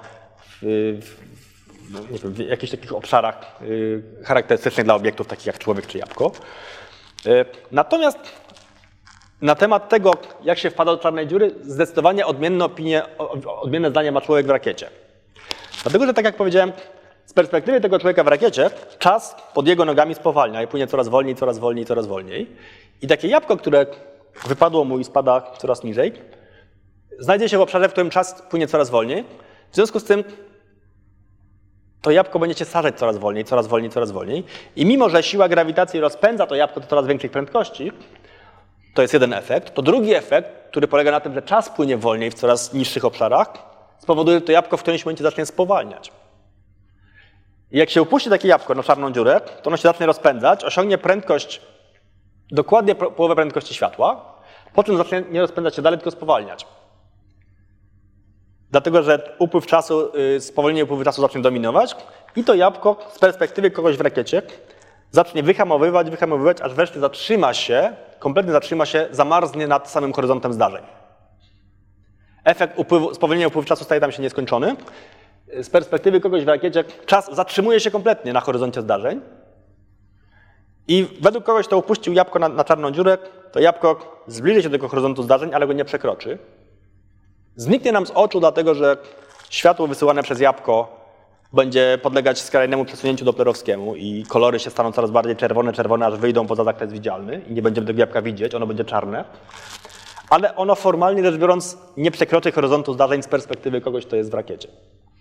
w jakichś takich obszarach charakterystycznych dla obiektów takich jak człowiek czy jabłko. Natomiast na temat tego, jak się wpada do czarnej dziury, zdecydowanie odmienne zdanie ma człowiek w rakiecie. Dlatego, że tak jak powiedziałem, z perspektywy tego człowieka w rakiecie czas pod jego nogami spowalnia i płynie coraz wolniej, coraz wolniej, coraz wolniej. I takie jabłko, które wypadło mu i spada coraz niżej, znajdzie się w obszarze, w którym czas płynie coraz wolniej. W związku z tym to jabłko będzie się starzeć coraz wolniej, coraz wolniej, coraz wolniej. I mimo, że siła grawitacji rozpędza to jabłko do coraz większej prędkości, to jest jeden efekt, to drugi efekt, który polega na tym, że czas płynie wolniej w coraz niższych obszarach, spowoduje, że to jabłko w którymś momencie zacznie spowalniać. I jak się upuści takie jabłko na czarną dziurę, to ono się zacznie rozpędzać, osiągnie prędkość, dokładnie połowę prędkości światła, po czym zacznie nie rozpędzać się dalej, tylko spowalniać. Dlatego, że upływ czasu, spowolnienie upływu czasu zacznie dominować i to jabłko z perspektywy kogoś w rakiecie zacznie wyhamowywać, aż wreszcie zatrzyma się, kompletnie zatrzyma się, zamarznie nad samym horyzontem zdarzeń. Efekt spowolnienia upływu czasu staje tam się nieskończony. Z perspektywy kogoś w rakiecie czas zatrzymuje się kompletnie na horyzoncie zdarzeń. I według kogoś, kto upuścił jabłko na czarną dziurę, to jabłko zbliży się do tego horyzontu zdarzeń, ale go nie przekroczy. Zniknie nam z oczu, dlatego że światło wysyłane przez jabłko będzie podlegać skrajnemu przesunięciu doplerowskiemu i kolory się staną coraz bardziej czerwone, aż wyjdą poza zakres widzialny i nie będziemy tego jabłka widzieć, ono będzie czarne. Ale ono formalnie rzecz biorąc nie przekroczy horyzontu zdarzeń z perspektywy kogoś, kto jest w rakiecie.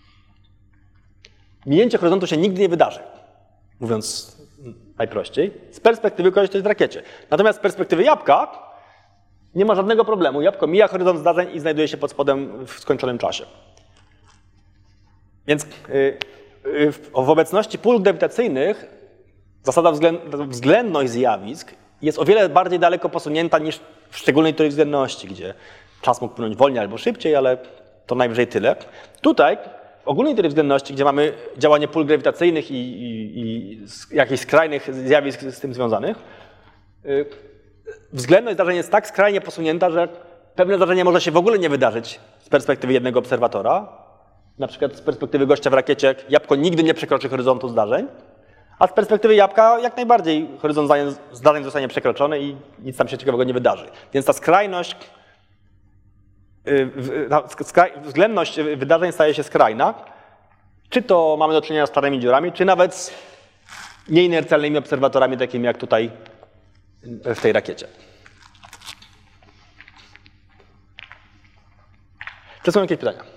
Minięcie horyzontu się nigdy nie wydarzy, mówiąc najprościej, z perspektywy kogoś, kto jest w rakiecie. Natomiast z perspektywy jabłka nie ma żadnego problemu. Jabłko mija horyzont zdarzeń i znajduje się pod spodem w skończonym czasie. Więc w obecności pól grawitacyjnych zasada względność zjawisk jest o wiele bardziej daleko posunięta niż w szczególnej teorii względności, gdzie czas mógł płynąć wolniej albo szybciej, ale to najwyżej tyle. Tutaj w ogólnej teorii względności, gdzie mamy działanie pól grawitacyjnych i jakichś skrajnych zjawisk z tym związanych, względność zdarzeń jest tak skrajnie posunięta, że pewne zdarzenie może się w ogóle nie wydarzyć z perspektywy jednego obserwatora. Na przykład z perspektywy gościa w rakiecie jabłko nigdy nie przekroczy horyzontu zdarzeń, a z perspektywy jabłka jak najbardziej horyzont zdarzeń zostanie przekroczony i nic tam się ciekawego nie wydarzy. Więc ta skrajność, względność wydarzeń staje się skrajna. Czy to mamy do czynienia z czarnymi dziurami, czy nawet z nieinercjalnymi obserwatorami, takimi jak tutaj w tej rakiecie. Czy są jakieś pytania?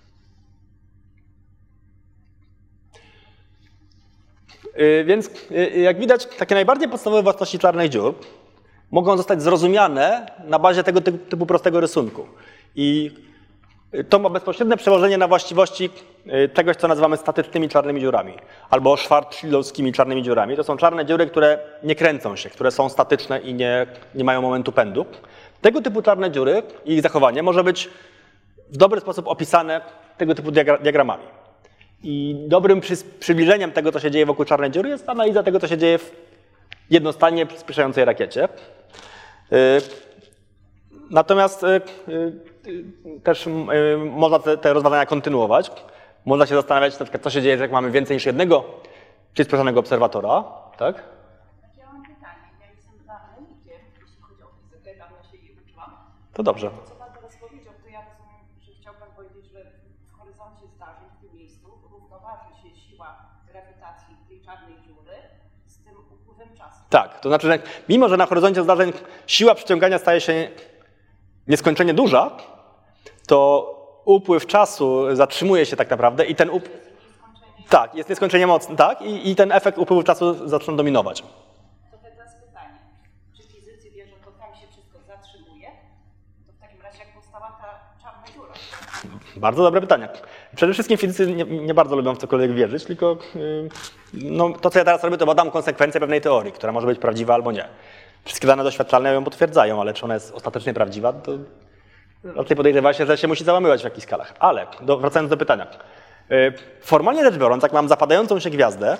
Więc jak widać, takie najbardziej podstawowe własności czarnych dziur mogą zostać zrozumiane na bazie tego typu prostego rysunku. I to ma bezpośrednie przełożenie na właściwości czegoś, co nazywamy statycznymi czarnymi dziurami albo schwarzschildowskimi czarnymi dziurami. To są czarne dziury, które nie kręcą się, które są statyczne i nie mają momentu pędu. Tego typu czarne dziury i ich zachowanie może być w dobry sposób opisane tego typu diagramami. I dobrym przybliżeniem tego, co się dzieje wokół czarnej dziury, jest analiza tego, co się dzieje w jednostronnie przyspieszającej rakiecie. Natomiast też można te rozważania kontynuować. Można się zastanawiać, na przykład, co się dzieje, jak mamy więcej niż jednego przyspieszonego obserwatora. Tak? Ja mam pytanie. Ja jestem za analitykiem, jeśli chodzi o fizykę, dawno się jej uczyłam. To dobrze. To, co Pan teraz powiedział, to ja rozumiem, że chciał Pan powiedzieć, że w horyzoncie zdarzeń w tym miejscu równoważy się siła grawitacji tej czarnej dziury z tym upływem czasu. Tak, to znaczy, że mimo że na horyzoncie zdarzeń siła przyciągania staje się nieskończenie duża, to upływ czasu zatrzymuje się tak naprawdę i ten tak, jest nieskończenie mocny, tak, i ten efekt upływu czasu zaczyna dominować. To teraz pytanie, czy fizycy wierzą, że tam się wszystko zatrzymuje? To w takim razie jak powstała ta czarna dziura? Bardzo dobre pytanie. Przede wszystkim fizycy nie bardzo lubią w cokolwiek wierzyć, tylko no, to, co ja teraz robię, to badam konsekwencje pewnej teorii, która może być prawdziwa albo nie. Wszystkie dane doświadczalne ją potwierdzają, ale czy ona jest ostatecznie prawdziwa, to raczej podejrzewa się, że się musi załamywać w jakichś skalach. Ale wracając do pytania. Formalnie rzecz biorąc, jak mam zapadającą się gwiazdę,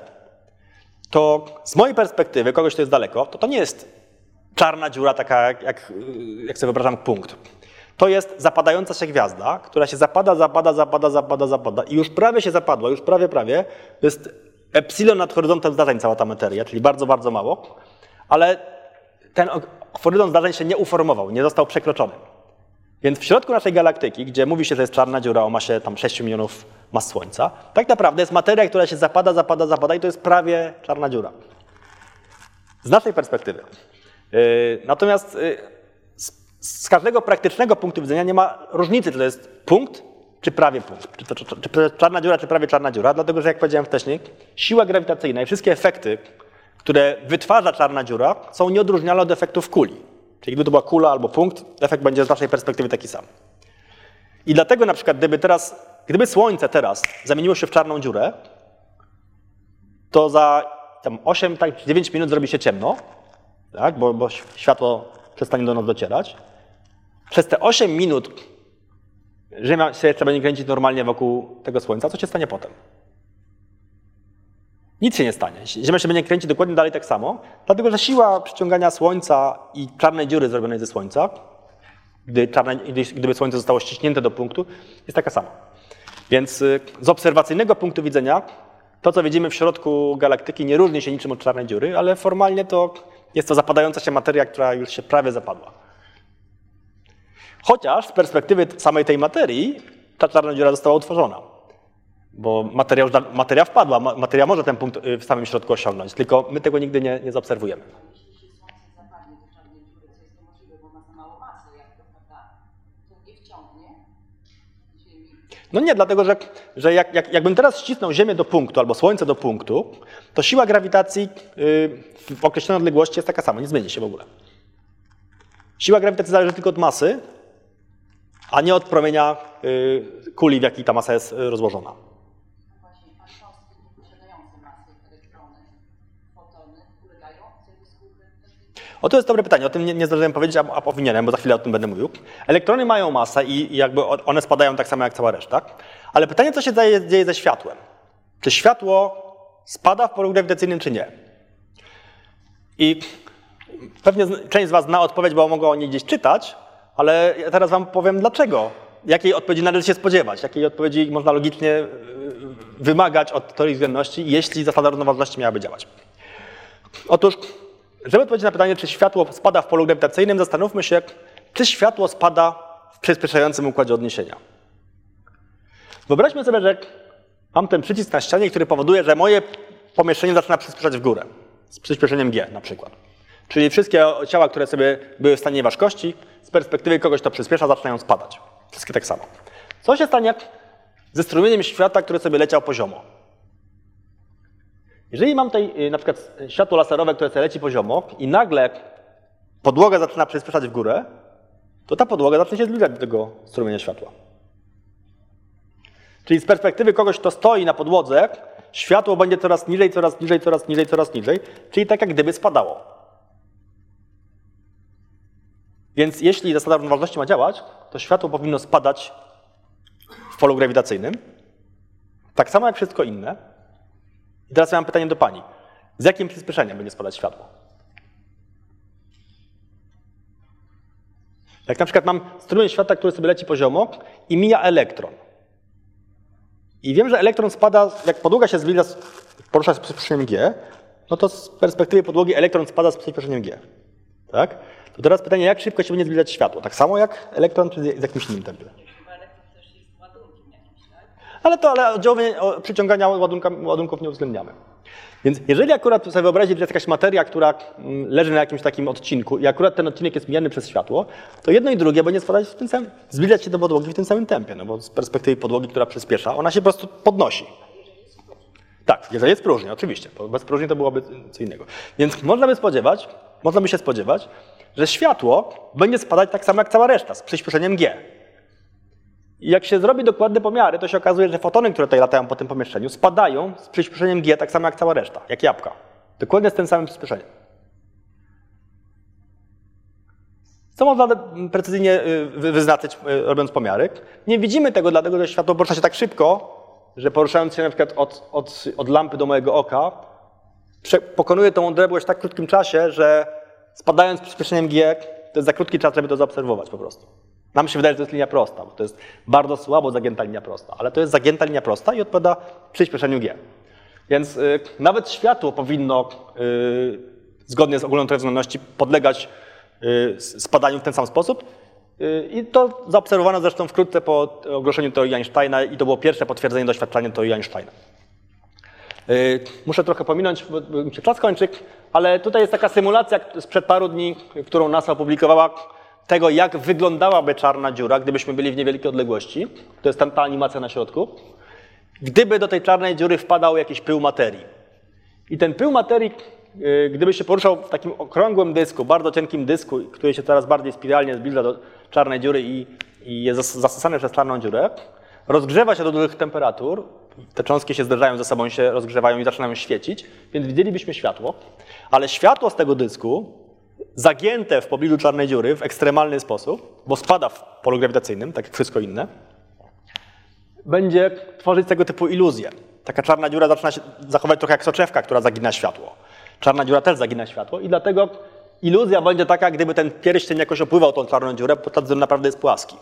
to z mojej perspektywy, kogoś, kto jest daleko, to nie jest czarna dziura taka, jak sobie wyobrażam punkt. To jest zapadająca się gwiazda, która się zapada i już prawie się zapadła, już prawie. To jest epsilon nad horyzontem zdarzeń cała ta materia, czyli bardzo, bardzo mało, ale ten horyzont zdarzeń się nie uformował, nie został przekroczony. Więc w środku naszej galaktyki, gdzie mówi się, że jest czarna dziura o masie tam 6 milionów mas Słońca, tak naprawdę jest materia, która się zapada i to jest prawie czarna dziura. Z naszej perspektywy. Natomiast z każdego praktycznego punktu widzenia nie ma różnicy, czy to jest punkt, czy prawie punkt. Czy to czarna dziura, czy prawie czarna dziura, dlatego że jak powiedziałem wcześniej, siła grawitacyjna i wszystkie efekty, które wytwarza czarna dziura, są nieodróżnialne od efektów kuli. Czyli gdyby to była kula albo punkt, efekt będzie z naszej perspektywy taki sam. I dlatego na przykład, gdyby Słońce teraz zamieniło się w czarną dziurę, to za tam 8-9 minut zrobi się ciemno, tak? Bo światło przestanie do nas docierać. Przez te 8 minut Ziemia się jeszcze będzie kręcić normalnie wokół tego Słońca. Co się stanie potem? Nic się nie stanie. Ziemia się będzie kręcić dokładnie dalej tak samo, dlatego że siła przyciągania Słońca i czarnej dziury zrobionej ze Słońca, gdyby Słońce zostało ściśnięte do punktu, jest taka sama. Więc z obserwacyjnego punktu widzenia to, co widzimy w środku galaktyki, nie różni się niczym od czarnej dziury, ale formalnie to jest to zapadająca się materia, która już się prawie zapadła. Chociaż z perspektywy samej tej materii ta czarna dziura została utworzona. Bo materia wpadła, materia może ten punkt w samym środku osiągnąć, tylko my tego nigdy nie zaobserwujemy. Jeśli się Słońce zapadnie do czarnej dziury, co jest niemożliwe, bo ma za mało masy, jak to prawda, to nie wciągnie Ziemi. No nie, dlatego że jakbym teraz ścisnął Ziemię do punktu albo Słońce do punktu, to siła grawitacji w określonej odległości jest taka sama, nie zmieni się w ogóle. Siła grawitacji zależy tylko od masy, a nie od promienia kuli, w jakiej ta masa jest rozłożona. Właśnie, a cząstki nieposiadające masy, elektrony, fotony ulegają zjawisku grawitacyjnemu? O, to jest dobre pytanie, o tym nie zdążyłem powiedzieć, a powinienem, bo za chwilę o tym będę mówił. Elektrony mają masę i jakby one spadają tak samo jak cała reszta, ale pytanie, co się dzieje ze światłem? Czy światło spada w polu grawitacyjnym, czy nie? I pewnie część z was zna odpowiedź, bo mogą o niej gdzieś czytać, ale ja teraz wam powiem dlaczego. Jakiej odpowiedzi należy się spodziewać, jakiej odpowiedzi można logicznie wymagać od teorii względności, jeśli zasada równoważności miałaby działać. Otóż, żeby odpowiedzieć na pytanie, czy światło spada w polu grawitacyjnym, zastanówmy się, czy światło spada w przyspieszającym układzie odniesienia. Wyobraźmy sobie, że mam ten przycisk na ścianie, który powoduje, że moje pomieszczenie zaczyna przyspieszać w górę. Z przyspieszeniem g na przykład. Czyli wszystkie ciała, które sobie były w stanie ważkości, z perspektywy kogoś to przyspiesza, zaczynają spadać. Wszystkie tak samo. Co się stanie ze strumieniem światła, który sobie leciał poziomo? Jeżeli mam tutaj na przykład światło laserowe, które sobie leci poziomo i nagle podłoga zaczyna przyspieszać w górę, to ta podłoga zacznie się zbliżać do tego strumienia światła. Czyli z perspektywy kogoś, kto stoi na podłodze, światło będzie coraz niżej, coraz niżej, coraz niżej, coraz niżej, czyli tak jak gdyby spadało. Więc jeśli zasada równoważności ma działać, to światło powinno spadać w polu grawitacyjnym, tak samo jak wszystko inne. I teraz ja mam pytanie do pani. Z jakim przyspieszeniem będzie spadać światło? Jak na przykład mam strumień światła, który sobie leci poziomo i mija elektron. I wiem, że elektron spada, jak podłoga się zbliża, porusza z przyspieszeniem g, no to z perspektywy podłogi elektron spada z przyspieszeniem g. Tak? To teraz pytanie, jak szybko się będzie zbliżać światło? Tak samo jak elektron, czy z jakimś innym tempem? Chyba elektron też jest ładunkiem jakimś, tak? Ale oddziaływanie przyciągania ładunków nie uwzględniamy. Więc jeżeli akurat sobie wyobrazić, że jest jakaś materia, która leży na jakimś takim odcinku i akurat ten odcinek jest mijany przez światło, to jedno i drugie będzie spadać w tym samym, zbliżać się do podłogi w tym samym tempie, no bo z perspektywy podłogi, która przyspiesza, ona się po prostu podnosi. Tak, jeżeli jest próżnia, oczywiście, bo bez próżni to byłoby co innego. Więc można by się spodziewać, że światło będzie spadać tak samo jak cała reszta, z przyspieszeniem g. I jak się zrobi dokładne pomiary, to się okazuje, że fotony, które tutaj latają po tym pomieszczeniu, spadają z przyspieszeniem g tak samo jak cała reszta, jak jabłka. Dokładnie z tym samym przyspieszeniem. Co można precyzyjnie wyznaczyć, robiąc pomiary? Nie widzimy tego, dlatego że światło porusza się tak szybko, że poruszając się na przykład od lampy do mojego oka, pokonuje tą odległość w tak krótkim czasie, że spadając z przyspieszeniem g, to jest za krótki czas, żeby to zaobserwować po prostu. Nam się wydaje, że to jest linia prosta, bo to jest bardzo słabo zagięta linia prosta, ale to jest zagięta linia prosta i odpowiada przyspieszeniu g. Więc nawet światło powinno, zgodnie z ogólną teorią względności, podlegać spadaniu w ten sam sposób. I to zaobserwowano zresztą wkrótce po ogłoszeniu teorii Einsteina i to było pierwsze potwierdzenie doświadczenia teorii Einsteina. Muszę trochę pominąć, bo mi się czas kończy, ale tutaj jest taka symulacja sprzed paru dni, którą NASA opublikowała, tego, jak wyglądałaby czarna dziura, gdybyśmy byli w niewielkiej odległości. To jest ta animacja na środku. Gdyby do tej czarnej dziury wpadał jakiś pył materii. I ten pył materii, gdyby się poruszał w takim okrągłym dysku, bardzo cienkim dysku, który się coraz bardziej spiralnie zbliża do czarnej dziury i jest zasysany przez czarną dziurę, rozgrzewa się do dużych temperatur, te cząstki się zderzają ze sobą, się rozgrzewają i zaczynają świecić, więc widzielibyśmy światło, ale światło z tego dysku, zagięte w pobliżu czarnej dziury w ekstremalny sposób, bo spada w polu grawitacyjnym, tak jak wszystko inne, będzie tworzyć tego typu iluzję. Taka czarna dziura zaczyna się zachować trochę jak soczewka, która zagina światło. Czarna dziura też zagina światło i dlatego iluzja będzie taka, gdyby ten pierścień jakoś opływał tą czarną dziurę, bo ta dziura naprawdę jest płaski.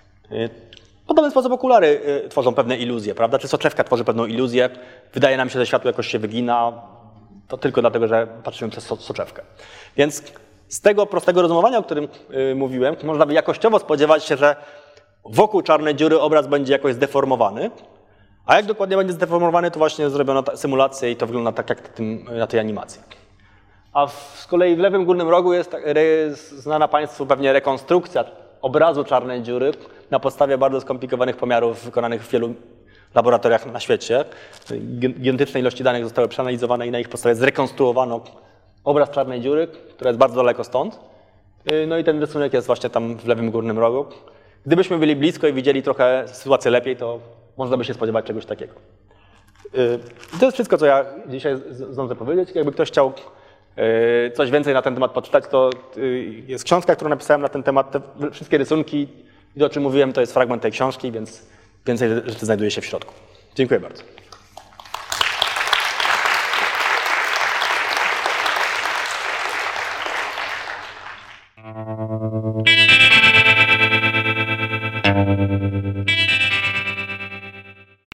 W podobny sposób okulary tworzą pewne iluzje, prawda? Czy soczewka tworzy pewną iluzję, wydaje nam się, że światło jakoś się wygina, to tylko dlatego, że patrzymy przez soczewkę. Więc z tego prostego rozumowania, o którym mówiłem, można by jakościowo spodziewać się, że wokół czarnej dziury obraz będzie jakoś zdeformowany, a jak dokładnie będzie zdeformowany, to właśnie zrobiono symulację i to wygląda tak jak na tej animacji. A z kolei w lewym górnym rogu jest znana Państwu pewnie rekonstrukcja obrazu czarnej dziury na podstawie bardzo skomplikowanych pomiarów wykonanych w wielu laboratoriach na świecie. Gigantyczne ilości danych zostały przeanalizowane i na ich podstawie zrekonstruowano obraz czarnej dziury, która jest bardzo daleko stąd. No i ten rysunek jest właśnie tam w lewym górnym rogu. Gdybyśmy byli blisko i widzieli trochę sytuację lepiej, to można by się spodziewać czegoś takiego. To jest wszystko, co ja dzisiaj zdążę powiedzieć. Jakby ktoś chciał coś więcej na ten temat poczytać, to jest książka, którą napisałem na ten temat. Te wszystkie rysunki i to, o czym mówiłem, to jest fragment tej książki, więc więcej rzeczy znajduje się w środku. Dziękuję bardzo.